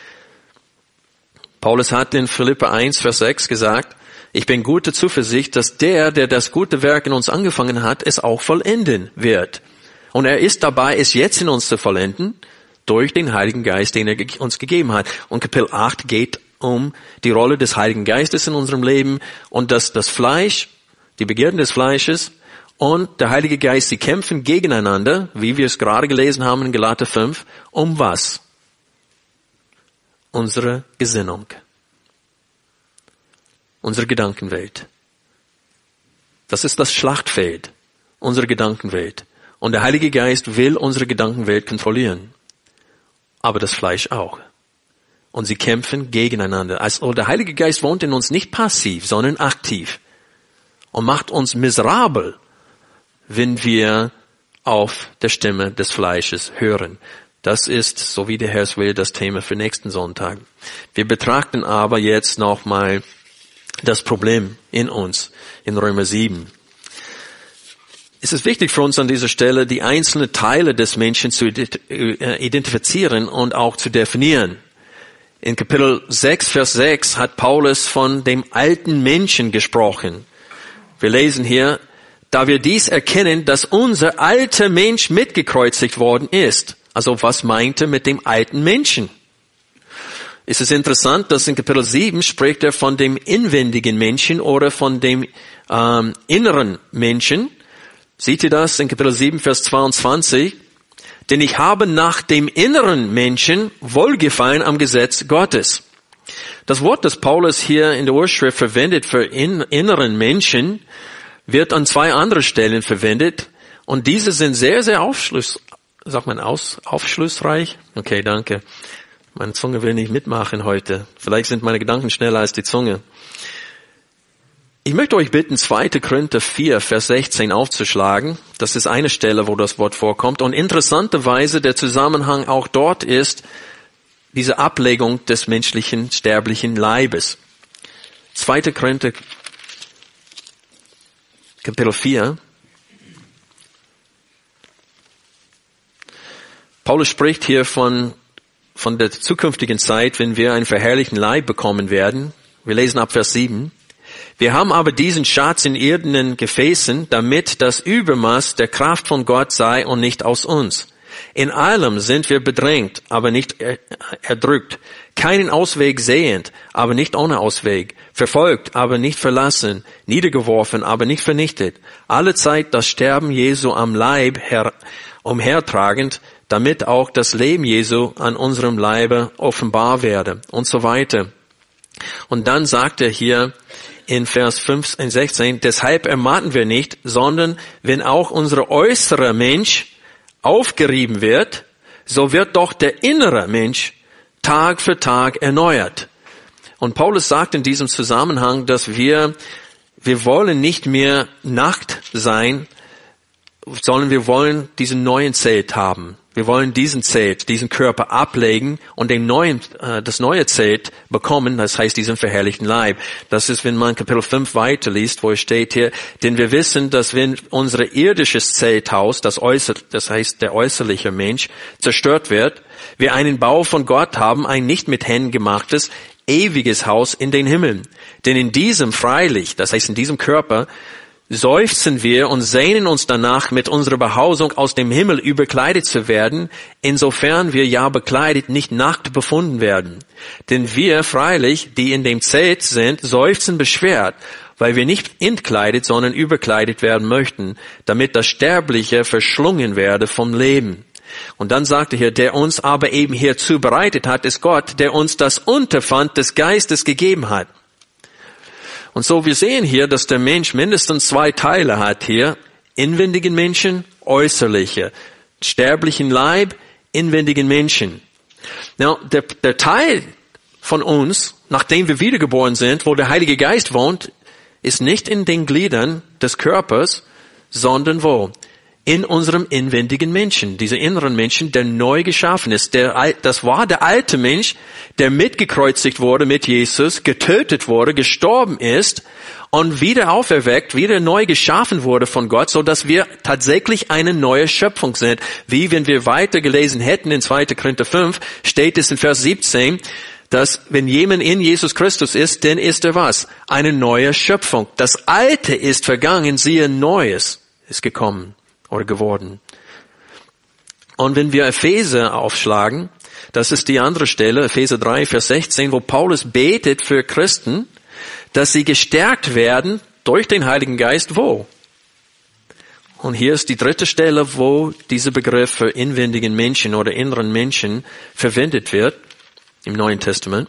Paulus hat in Philipper 1, Vers 6 gesagt, ich bin guter Zuversicht, dass der das gute Werk in uns angefangen hat, es auch vollenden wird. Und er ist dabei, es jetzt in uns zu vollenden, durch den Heiligen Geist, den er uns gegeben hat. Und Kapitel 8 geht um die Rolle des Heiligen Geistes in unserem Leben und dass das Fleisch, die Begierden des Fleisches und der Heilige Geist, sie kämpfen gegeneinander, wie wir es gerade gelesen haben in Galater 5, um was? Unsere Gesinnung. Unsere Gedankenwelt. Das ist das Schlachtfeld, unsere Gedankenwelt. Und der Heilige Geist will unsere Gedankenwelt kontrollieren. Aber das Fleisch auch. Und sie kämpfen gegeneinander. Also der Heilige Geist wohnt in uns nicht passiv, sondern aktiv. Und macht uns miserabel, wenn wir auf der Stimme des Fleisches hören. Das ist, so wie der Herr es will, das Thema für nächsten Sonntag. Wir betrachten aber jetzt nochmal das Problem in uns, in Römer 7. Es ist wichtig für uns an dieser Stelle, die einzelnen Teile des Menschen zu identifizieren und auch zu definieren. In Kapitel 6, Vers 6 hat Paulus von dem alten Menschen gesprochen. Wir lesen hier, da wir dies erkennen, dass unser alter Mensch mitgekreuzigt worden ist. Also was meint er mit dem alten Menschen? Es ist interessant, dass in Kapitel 7 spricht er von dem inwendigen Menschen oder von dem inneren Menschen. Seht ihr das in Kapitel 7, Vers 22? Denn ich habe nach dem inneren Menschen Wohlgefallen am Gesetz Gottes. Das Wort, das Paulus hier in der Urschrift verwendet für inneren Menschen, wird an 2 anderen Stellen verwendet. Und diese sind sehr, sehr aufschlussreich. Okay, danke. Meine Zunge will nicht mitmachen heute. Vielleicht sind meine Gedanken schneller als die Zunge. Ich möchte euch bitten, 2. Korinther 4, Vers 16 aufzuschlagen. Das ist eine Stelle, wo das Wort vorkommt. Und interessanterweise der Zusammenhang auch dort ist diese Ablegung des menschlichen, sterblichen Leibes. 2. Korinther, Kapitel 4. Paulus spricht hier von der zukünftigen Zeit, wenn wir einen verherrlichten Leib bekommen werden. Wir lesen ab Vers 7. Wir haben aber diesen Schatz in irdenen Gefäßen, damit das Übermaß der Kraft von Gott sei und nicht aus uns. In allem sind wir bedrängt, aber nicht erdrückt, keinen Ausweg sehend, aber nicht ohne Ausweg, verfolgt, aber nicht verlassen, niedergeworfen, aber nicht vernichtet, allezeit das Sterben Jesu am Leib umhertragend, damit auch das Leben Jesu an unserem Leibe offenbar werde und so weiter. Und dann sagt er hier in Vers 15, 16, deshalb ermatten wir nicht, sondern wenn auch unser äußerer Mensch aufgerieben wird, so wird doch der innere Mensch Tag für Tag erneuert. Und Paulus sagt in diesem Zusammenhang, dass wir wollen nicht mehr nackt sein, sondern wir wollen diesen neuen Zelt haben. Wir wollen diesen Zelt, diesen Körper ablegen und das neue Zelt bekommen, das heißt diesen verherrlichten Leib. Das ist, wenn man Kapitel 5 weiterliest, wo es steht hier, denn wir wissen, dass wenn unser irdisches Zelthaus, das heißt der äußerliche Mensch, zerstört wird, wir einen Bau von Gott haben, ein nicht mit Händen gemachtes, ewiges Haus in den Himmeln. Denn in diesem freilich, das heißt in diesem Körper, seufzen wir und sehnen uns danach, mit unserer Behausung aus dem Himmel überkleidet zu werden, insofern wir ja bekleidet nicht nackt befunden werden. Denn wir freilich, die in dem Zelt sind, seufzen beschwert, weil wir nicht entkleidet, sondern überkleidet werden möchten, damit das Sterbliche verschlungen werde vom Leben. Und dann sagt er hier, der uns aber eben hier zubereitet hat, ist Gott, der uns das Unterpfand des Geistes gegeben hat. Und so, wir sehen hier, dass der Mensch mindestens 2 Teile hat hier. Inwendigen Menschen, äußerliche. Sterblichen Leib, inwendigen Menschen. Now, der Teil von uns, nachdem wir wiedergeboren sind, wo der Heilige Geist wohnt, ist nicht in den Gliedern des Körpers, sondern wo? In unserem inwendigen Menschen, dieser inneren Menschen, der neu geschaffen ist. Das war der alte Mensch, der mitgekreuzigt wurde mit Jesus, getötet wurde, gestorben ist und wieder auferweckt, wieder neu geschaffen wurde von Gott, so dass wir tatsächlich eine neue Schöpfung sind. Wie wenn wir weiter gelesen hätten in 2. Korinther 5, steht es in Vers 17, dass wenn jemand in Jesus Christus ist, dann ist er was? Eine neue Schöpfung. Das Alte ist vergangen, siehe Neues ist gekommen oder geworden. Und wenn wir Epheser aufschlagen, das ist die andere Stelle, Epheser 3, Vers 16, wo Paulus betet für Christen, dass sie gestärkt werden durch den Heiligen Geist, wo? Und hier ist die dritte Stelle, wo dieser Begriff für inwendigen Menschen oder inneren Menschen verwendet wird, im Neuen Testament.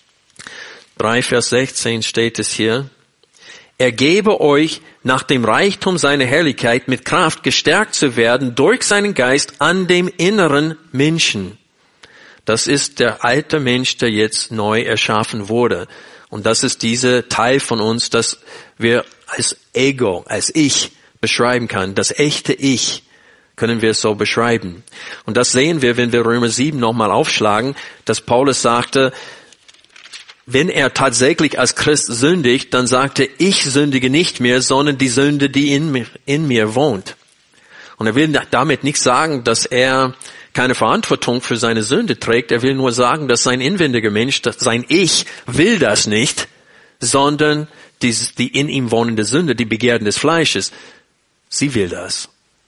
3, Vers 16 steht es hier. Er gebe euch nach dem Reichtum seiner Herrlichkeit mit Kraft gestärkt zu werden durch seinen Geist an dem inneren Menschen. Das ist der alte Mensch, der jetzt neu erschaffen wurde. Und das ist dieser Teil von uns, das wir als Ego, als Ich beschreiben kann. Das echte Ich können wir es so beschreiben. Und das sehen wir, wenn wir Römer 7 nochmal aufschlagen, dass Paulus sagte, wenn er tatsächlich als Christ sündigt, dann sagt er, ich sündige nicht mehr, sondern die Sünde, die in mir wohnt. Und er will damit nicht sagen, dass er keine Verantwortung für seine Sünde trägt. Er will nur sagen, dass sein inwendiger Mensch, sein Ich will das nicht, sondern die in ihm wohnende Sünde, die Begierden des Fleisches, sie will das.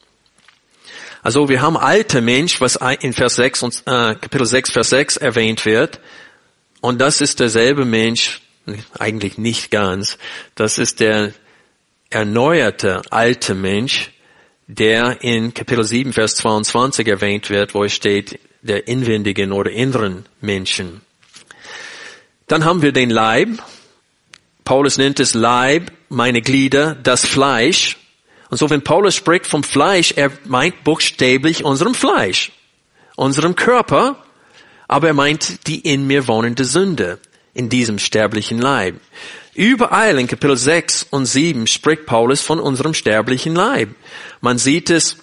Also wir haben alter Mensch, was in Vers 6 und Kapitel 6, Vers 6 erwähnt wird. Und das ist derselbe Mensch, eigentlich nicht ganz, das ist der erneuerte alte Mensch, der in Kapitel 7, Vers 22 erwähnt wird, wo es steht, der inwendigen oder inneren Menschen. Dann haben wir den Leib. Paulus nennt es Leib, meine Glieder, das Fleisch. Und so, wenn Paulus spricht vom Fleisch, er meint buchstäblich unserem Fleisch, unserem Körper, aber er meint die in mir wohnende Sünde, in diesem sterblichen Leib. Überall in Kapitel 6 und 7 spricht Paulus von unserem sterblichen Leib. Man sieht es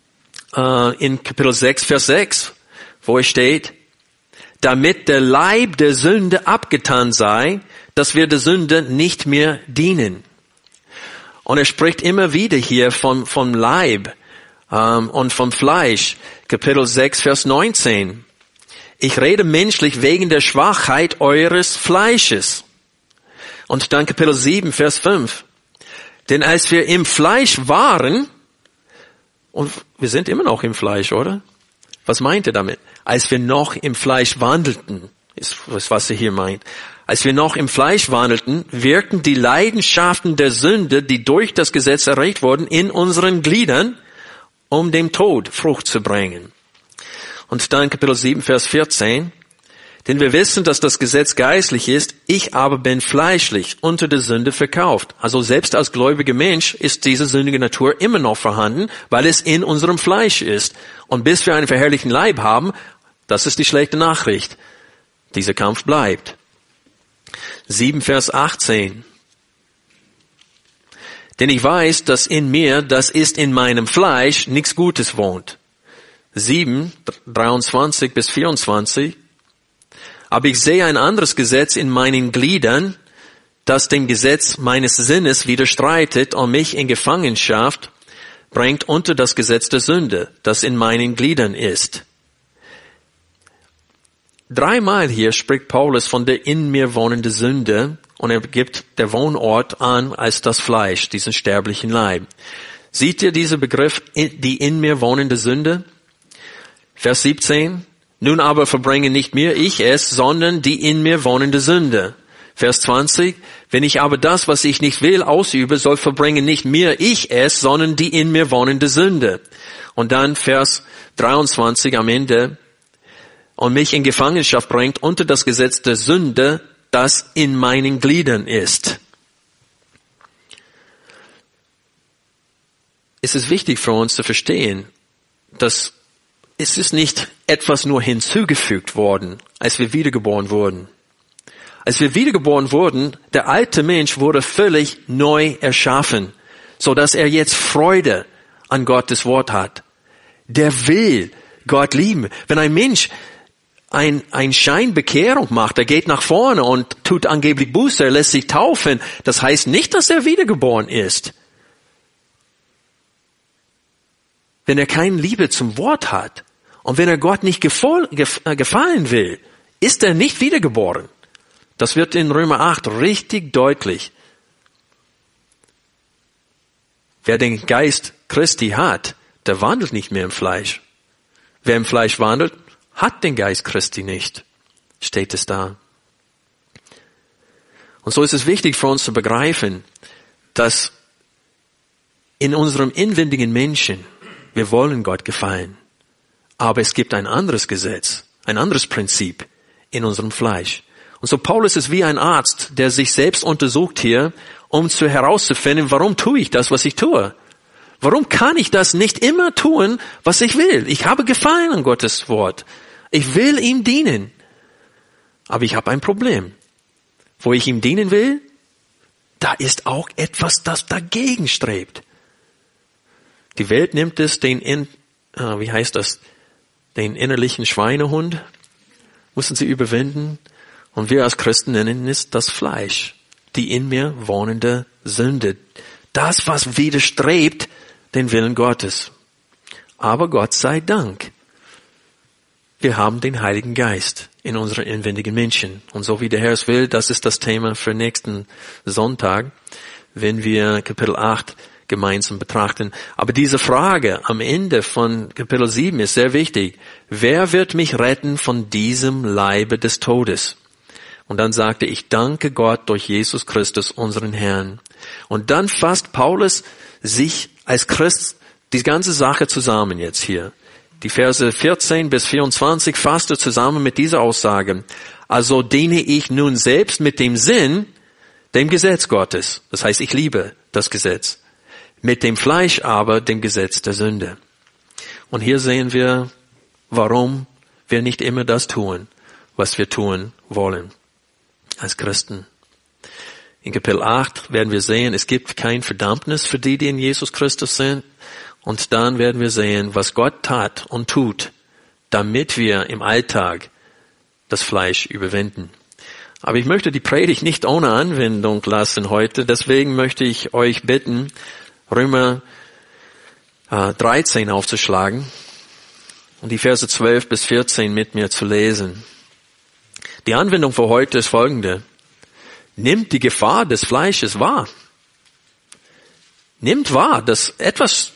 in Kapitel 6, Vers 6, wo es steht, damit der Leib der Sünde abgetan sei, dass wir der Sünde nicht mehr dienen. Und er spricht immer wieder hier vom Leib und vom Fleisch. Kapitel 6, Vers 19. Ich rede menschlich wegen der Schwachheit eures Fleisches. Und dann Kapitel 7, Vers 5. Denn als wir im Fleisch waren, und wir sind immer noch im Fleisch, oder? Was meint er damit? Als wir noch im Fleisch wandelten, ist was er hier meint. Als wir noch im Fleisch wandelten, wirkten die Leidenschaften der Sünde, die durch das Gesetz erregt wurden, in unseren Gliedern, um dem Tod Frucht zu bringen. Und dann Kapitel 7, Vers 14. Denn wir wissen, dass das Gesetz geistlich ist, ich aber bin fleischlich, unter der Sünde verkauft. Also selbst als gläubiger Mensch ist diese sündige Natur immer noch vorhanden, weil es in unserem Fleisch ist. Und bis wir einen verherrlichten Leib haben, das ist die schlechte Nachricht. Dieser Kampf bleibt. 7, Vers 18. Denn ich weiß, dass in mir, das ist in meinem Fleisch, nichts Gutes wohnt. 7, 23 bis 24. Aber ich sehe ein anderes Gesetz in meinen Gliedern, das dem Gesetz meines Sinnes widerstreitet und mich in Gefangenschaft bringt unter das Gesetz der Sünde, das in meinen Gliedern ist. 3-mal hier spricht Paulus von der in mir wohnenden Sünde und er gibt der Wohnort an als das Fleisch, diesen sterblichen Leib. Seht ihr diesen Begriff, die in mir wohnende Sünde? Vers 17. Nun aber verbringe nicht mehr ich es, sondern die in mir wohnende Sünde. Vers 20. Wenn ich aber das, was ich nicht will, ausübe, soll verbringen nicht mehr ich es, sondern die in mir wohnende Sünde. Und dann Vers 23 am Ende. Und mich in Gefangenschaft bringt unter das Gesetz der Sünde, das in meinen Gliedern ist. Es ist wichtig für uns zu verstehen, dass es ist nicht etwas nur hinzugefügt worden, als wir wiedergeboren wurden. Als wir wiedergeboren wurden, der alte Mensch wurde völlig neu erschaffen. so dass er jetzt Freude an Gottes Wort hat. Der will Gott lieben. Wenn ein Mensch ein Scheinbekehrung macht, er geht nach vorne und tut angeblich Buße, er lässt sich taufen, das heißt nicht, dass er wiedergeboren ist. Wenn er keine Liebe zum Wort hat und wenn er Gott nicht gefallen will, ist er nicht wiedergeboren. Das wird in Römer 8 richtig deutlich. Wer den Geist Christi hat, der wandelt nicht mehr im Fleisch. Wer im Fleisch wandelt, hat den Geist Christi nicht, steht es da. Und so ist es wichtig für uns zu begreifen, dass in unserem inwendigen Menschen, wir wollen Gott gefallen, aber es gibt ein anderes Gesetz, ein anderes Prinzip in unserem Fleisch. Und so Paulus ist wie ein Arzt, der sich selbst untersucht hier, um herauszufinden, warum tue ich das, was ich tue? Warum kann ich das nicht immer tun, was ich will? Ich habe Gefallen an Gottes Wort. Ich will ihm dienen. Aber ich habe ein Problem. Wo ich ihm dienen will, da ist auch etwas, das dagegen strebt. Die Welt nimmt es den innerlichen Schweinehund, müssen sie überwinden. Und wir als Christen nennen es das Fleisch, die in mir wohnende Sünde. Das, was widerstrebt den Willen Gottes. Aber Gott sei Dank, wir haben den Heiligen Geist in unseren inwendigen Menschen. Und so wie der Herr es will, das ist das Thema für nächsten Sonntag, wenn wir Kapitel 8 gemeinsam betrachten. Aber diese Frage am Ende von Kapitel 7 ist sehr wichtig. Wer wird mich retten von diesem Leibe des Todes? Und dann sagte ich, danke Gott durch Jesus Christus, unseren Herrn. Und dann fasst Paulus sich als Christ die ganze Sache zusammen jetzt hier. Die Verse 14 bis 24 fasst er zusammen mit dieser Aussage. Also diene ich nun selbst mit dem Sinn, dem Gesetz Gottes. Das heißt, ich liebe das Gesetz. Mit dem Fleisch aber dem Gesetz der Sünde. Und hier sehen wir, warum wir nicht immer das tun, was wir tun wollen als Christen. In Kapitel 8 werden wir sehen, es gibt kein Verdammnis für die in Jesus Christus sind. Und dann werden wir sehen, was Gott tat und tut, damit wir im Alltag das Fleisch überwinden. Aber ich möchte die Predigt nicht ohne Anwendung lassen heute. Deswegen möchte ich euch bitten, Römer 13 aufzuschlagen und die Verse 12 bis 14 mit mir zu lesen. Die Anwendung für heute ist folgende. Nimmt die Gefahr des Fleisches wahr. Nimmt wahr, dass etwas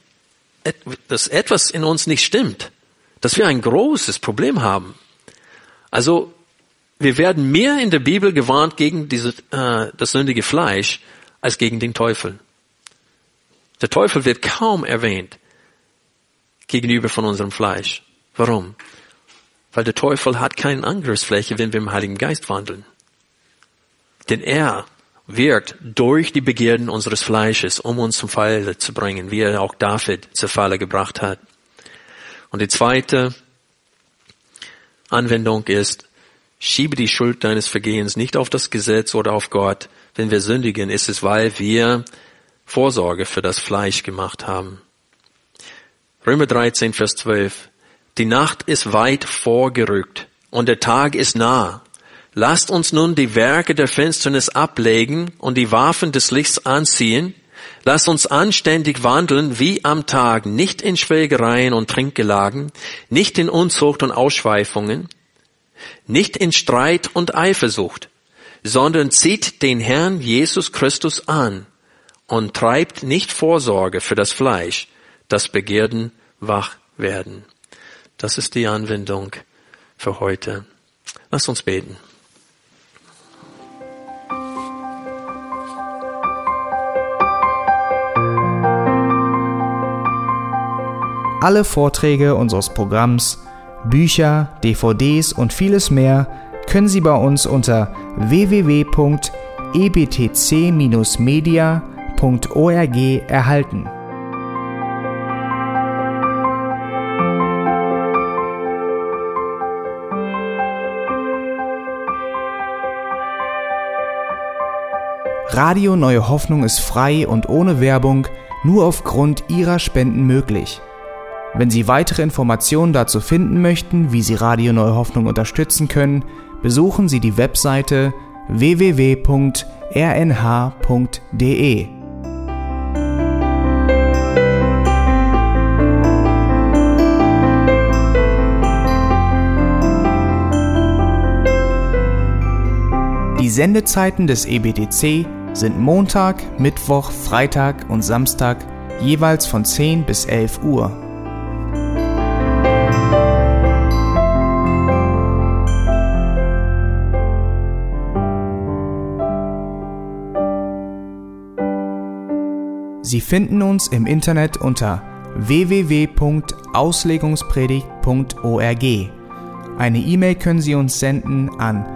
in uns nicht stimmt. Dass wir ein großes Problem haben. Also, wir werden mehr in der Bibel gewarnt gegen das sündige Fleisch als gegen den Teufel. Der Teufel wird kaum erwähnt gegenüber von unserem Fleisch. Warum? Weil der Teufel hat keine Angriffsfläche, wenn wir im Heiligen Geist wandeln. Denn er wirkt durch die Begierden unseres Fleisches, um uns zum Falle zu bringen, wie er auch David zur Falle gebracht hat. Und die zweite Anwendung ist, schiebe die Schuld deines Vergehens nicht auf das Gesetz oder auf Gott. Wenn wir sündigen, ist es, weil wir Vorsorge für das Fleisch gemacht haben. Römer 13, Vers 12. Die Nacht ist weit vorgerückt und der Tag ist nah. Lasst uns nun die Werke der Finsternis ablegen und die Waffen des Lichts anziehen. Lasst uns anständig wandeln wie am Tag, nicht in Schwelgereien und Trinkgelagen, nicht in Unzucht und Ausschweifungen, nicht in Streit und Eifersucht, sondern zieht den Herrn Jesus Christus an und treibt nicht Vorsorge für das Fleisch, das Begierden wach werden. Das ist die Anwendung für heute. Lasst uns beten. Alle Vorträge unseres Programms, Bücher, DVDs und vieles mehr können Sie bei uns unter www.ebtc-media.org erhalten. Radio Neue Hoffnung ist frei und ohne Werbung nur aufgrund Ihrer Spenden möglich. Wenn Sie weitere Informationen dazu finden möchten, wie Sie Radio Neue Hoffnung unterstützen können, besuchen Sie die Webseite www.rnh.de. Die Sendezeiten des EBTC sind Montag, Mittwoch, Freitag und Samstag jeweils von 10 bis 11 Uhr. Sie finden uns im Internet unter www.auslegungspredigt.org. Eine E-Mail können Sie uns senden an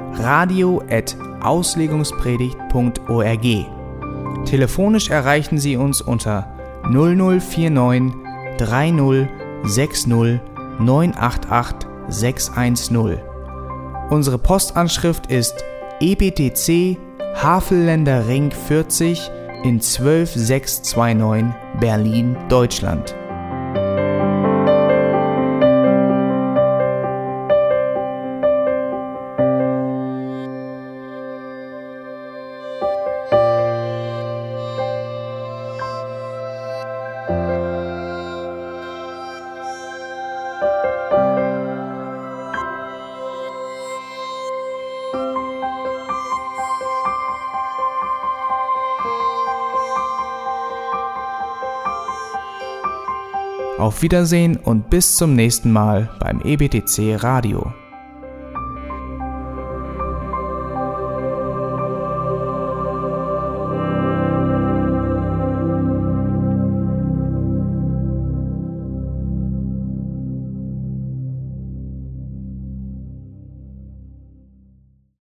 radio@auslegungspredigt.org. Telefonisch erreichen Sie uns unter 0049 30 60 988 610. Unsere Postanschrift ist EBTC Havelländer Ring 40 in 12629 Berlin, Deutschland. Auf Wiedersehen und bis zum nächsten Mal beim EBTC Radio.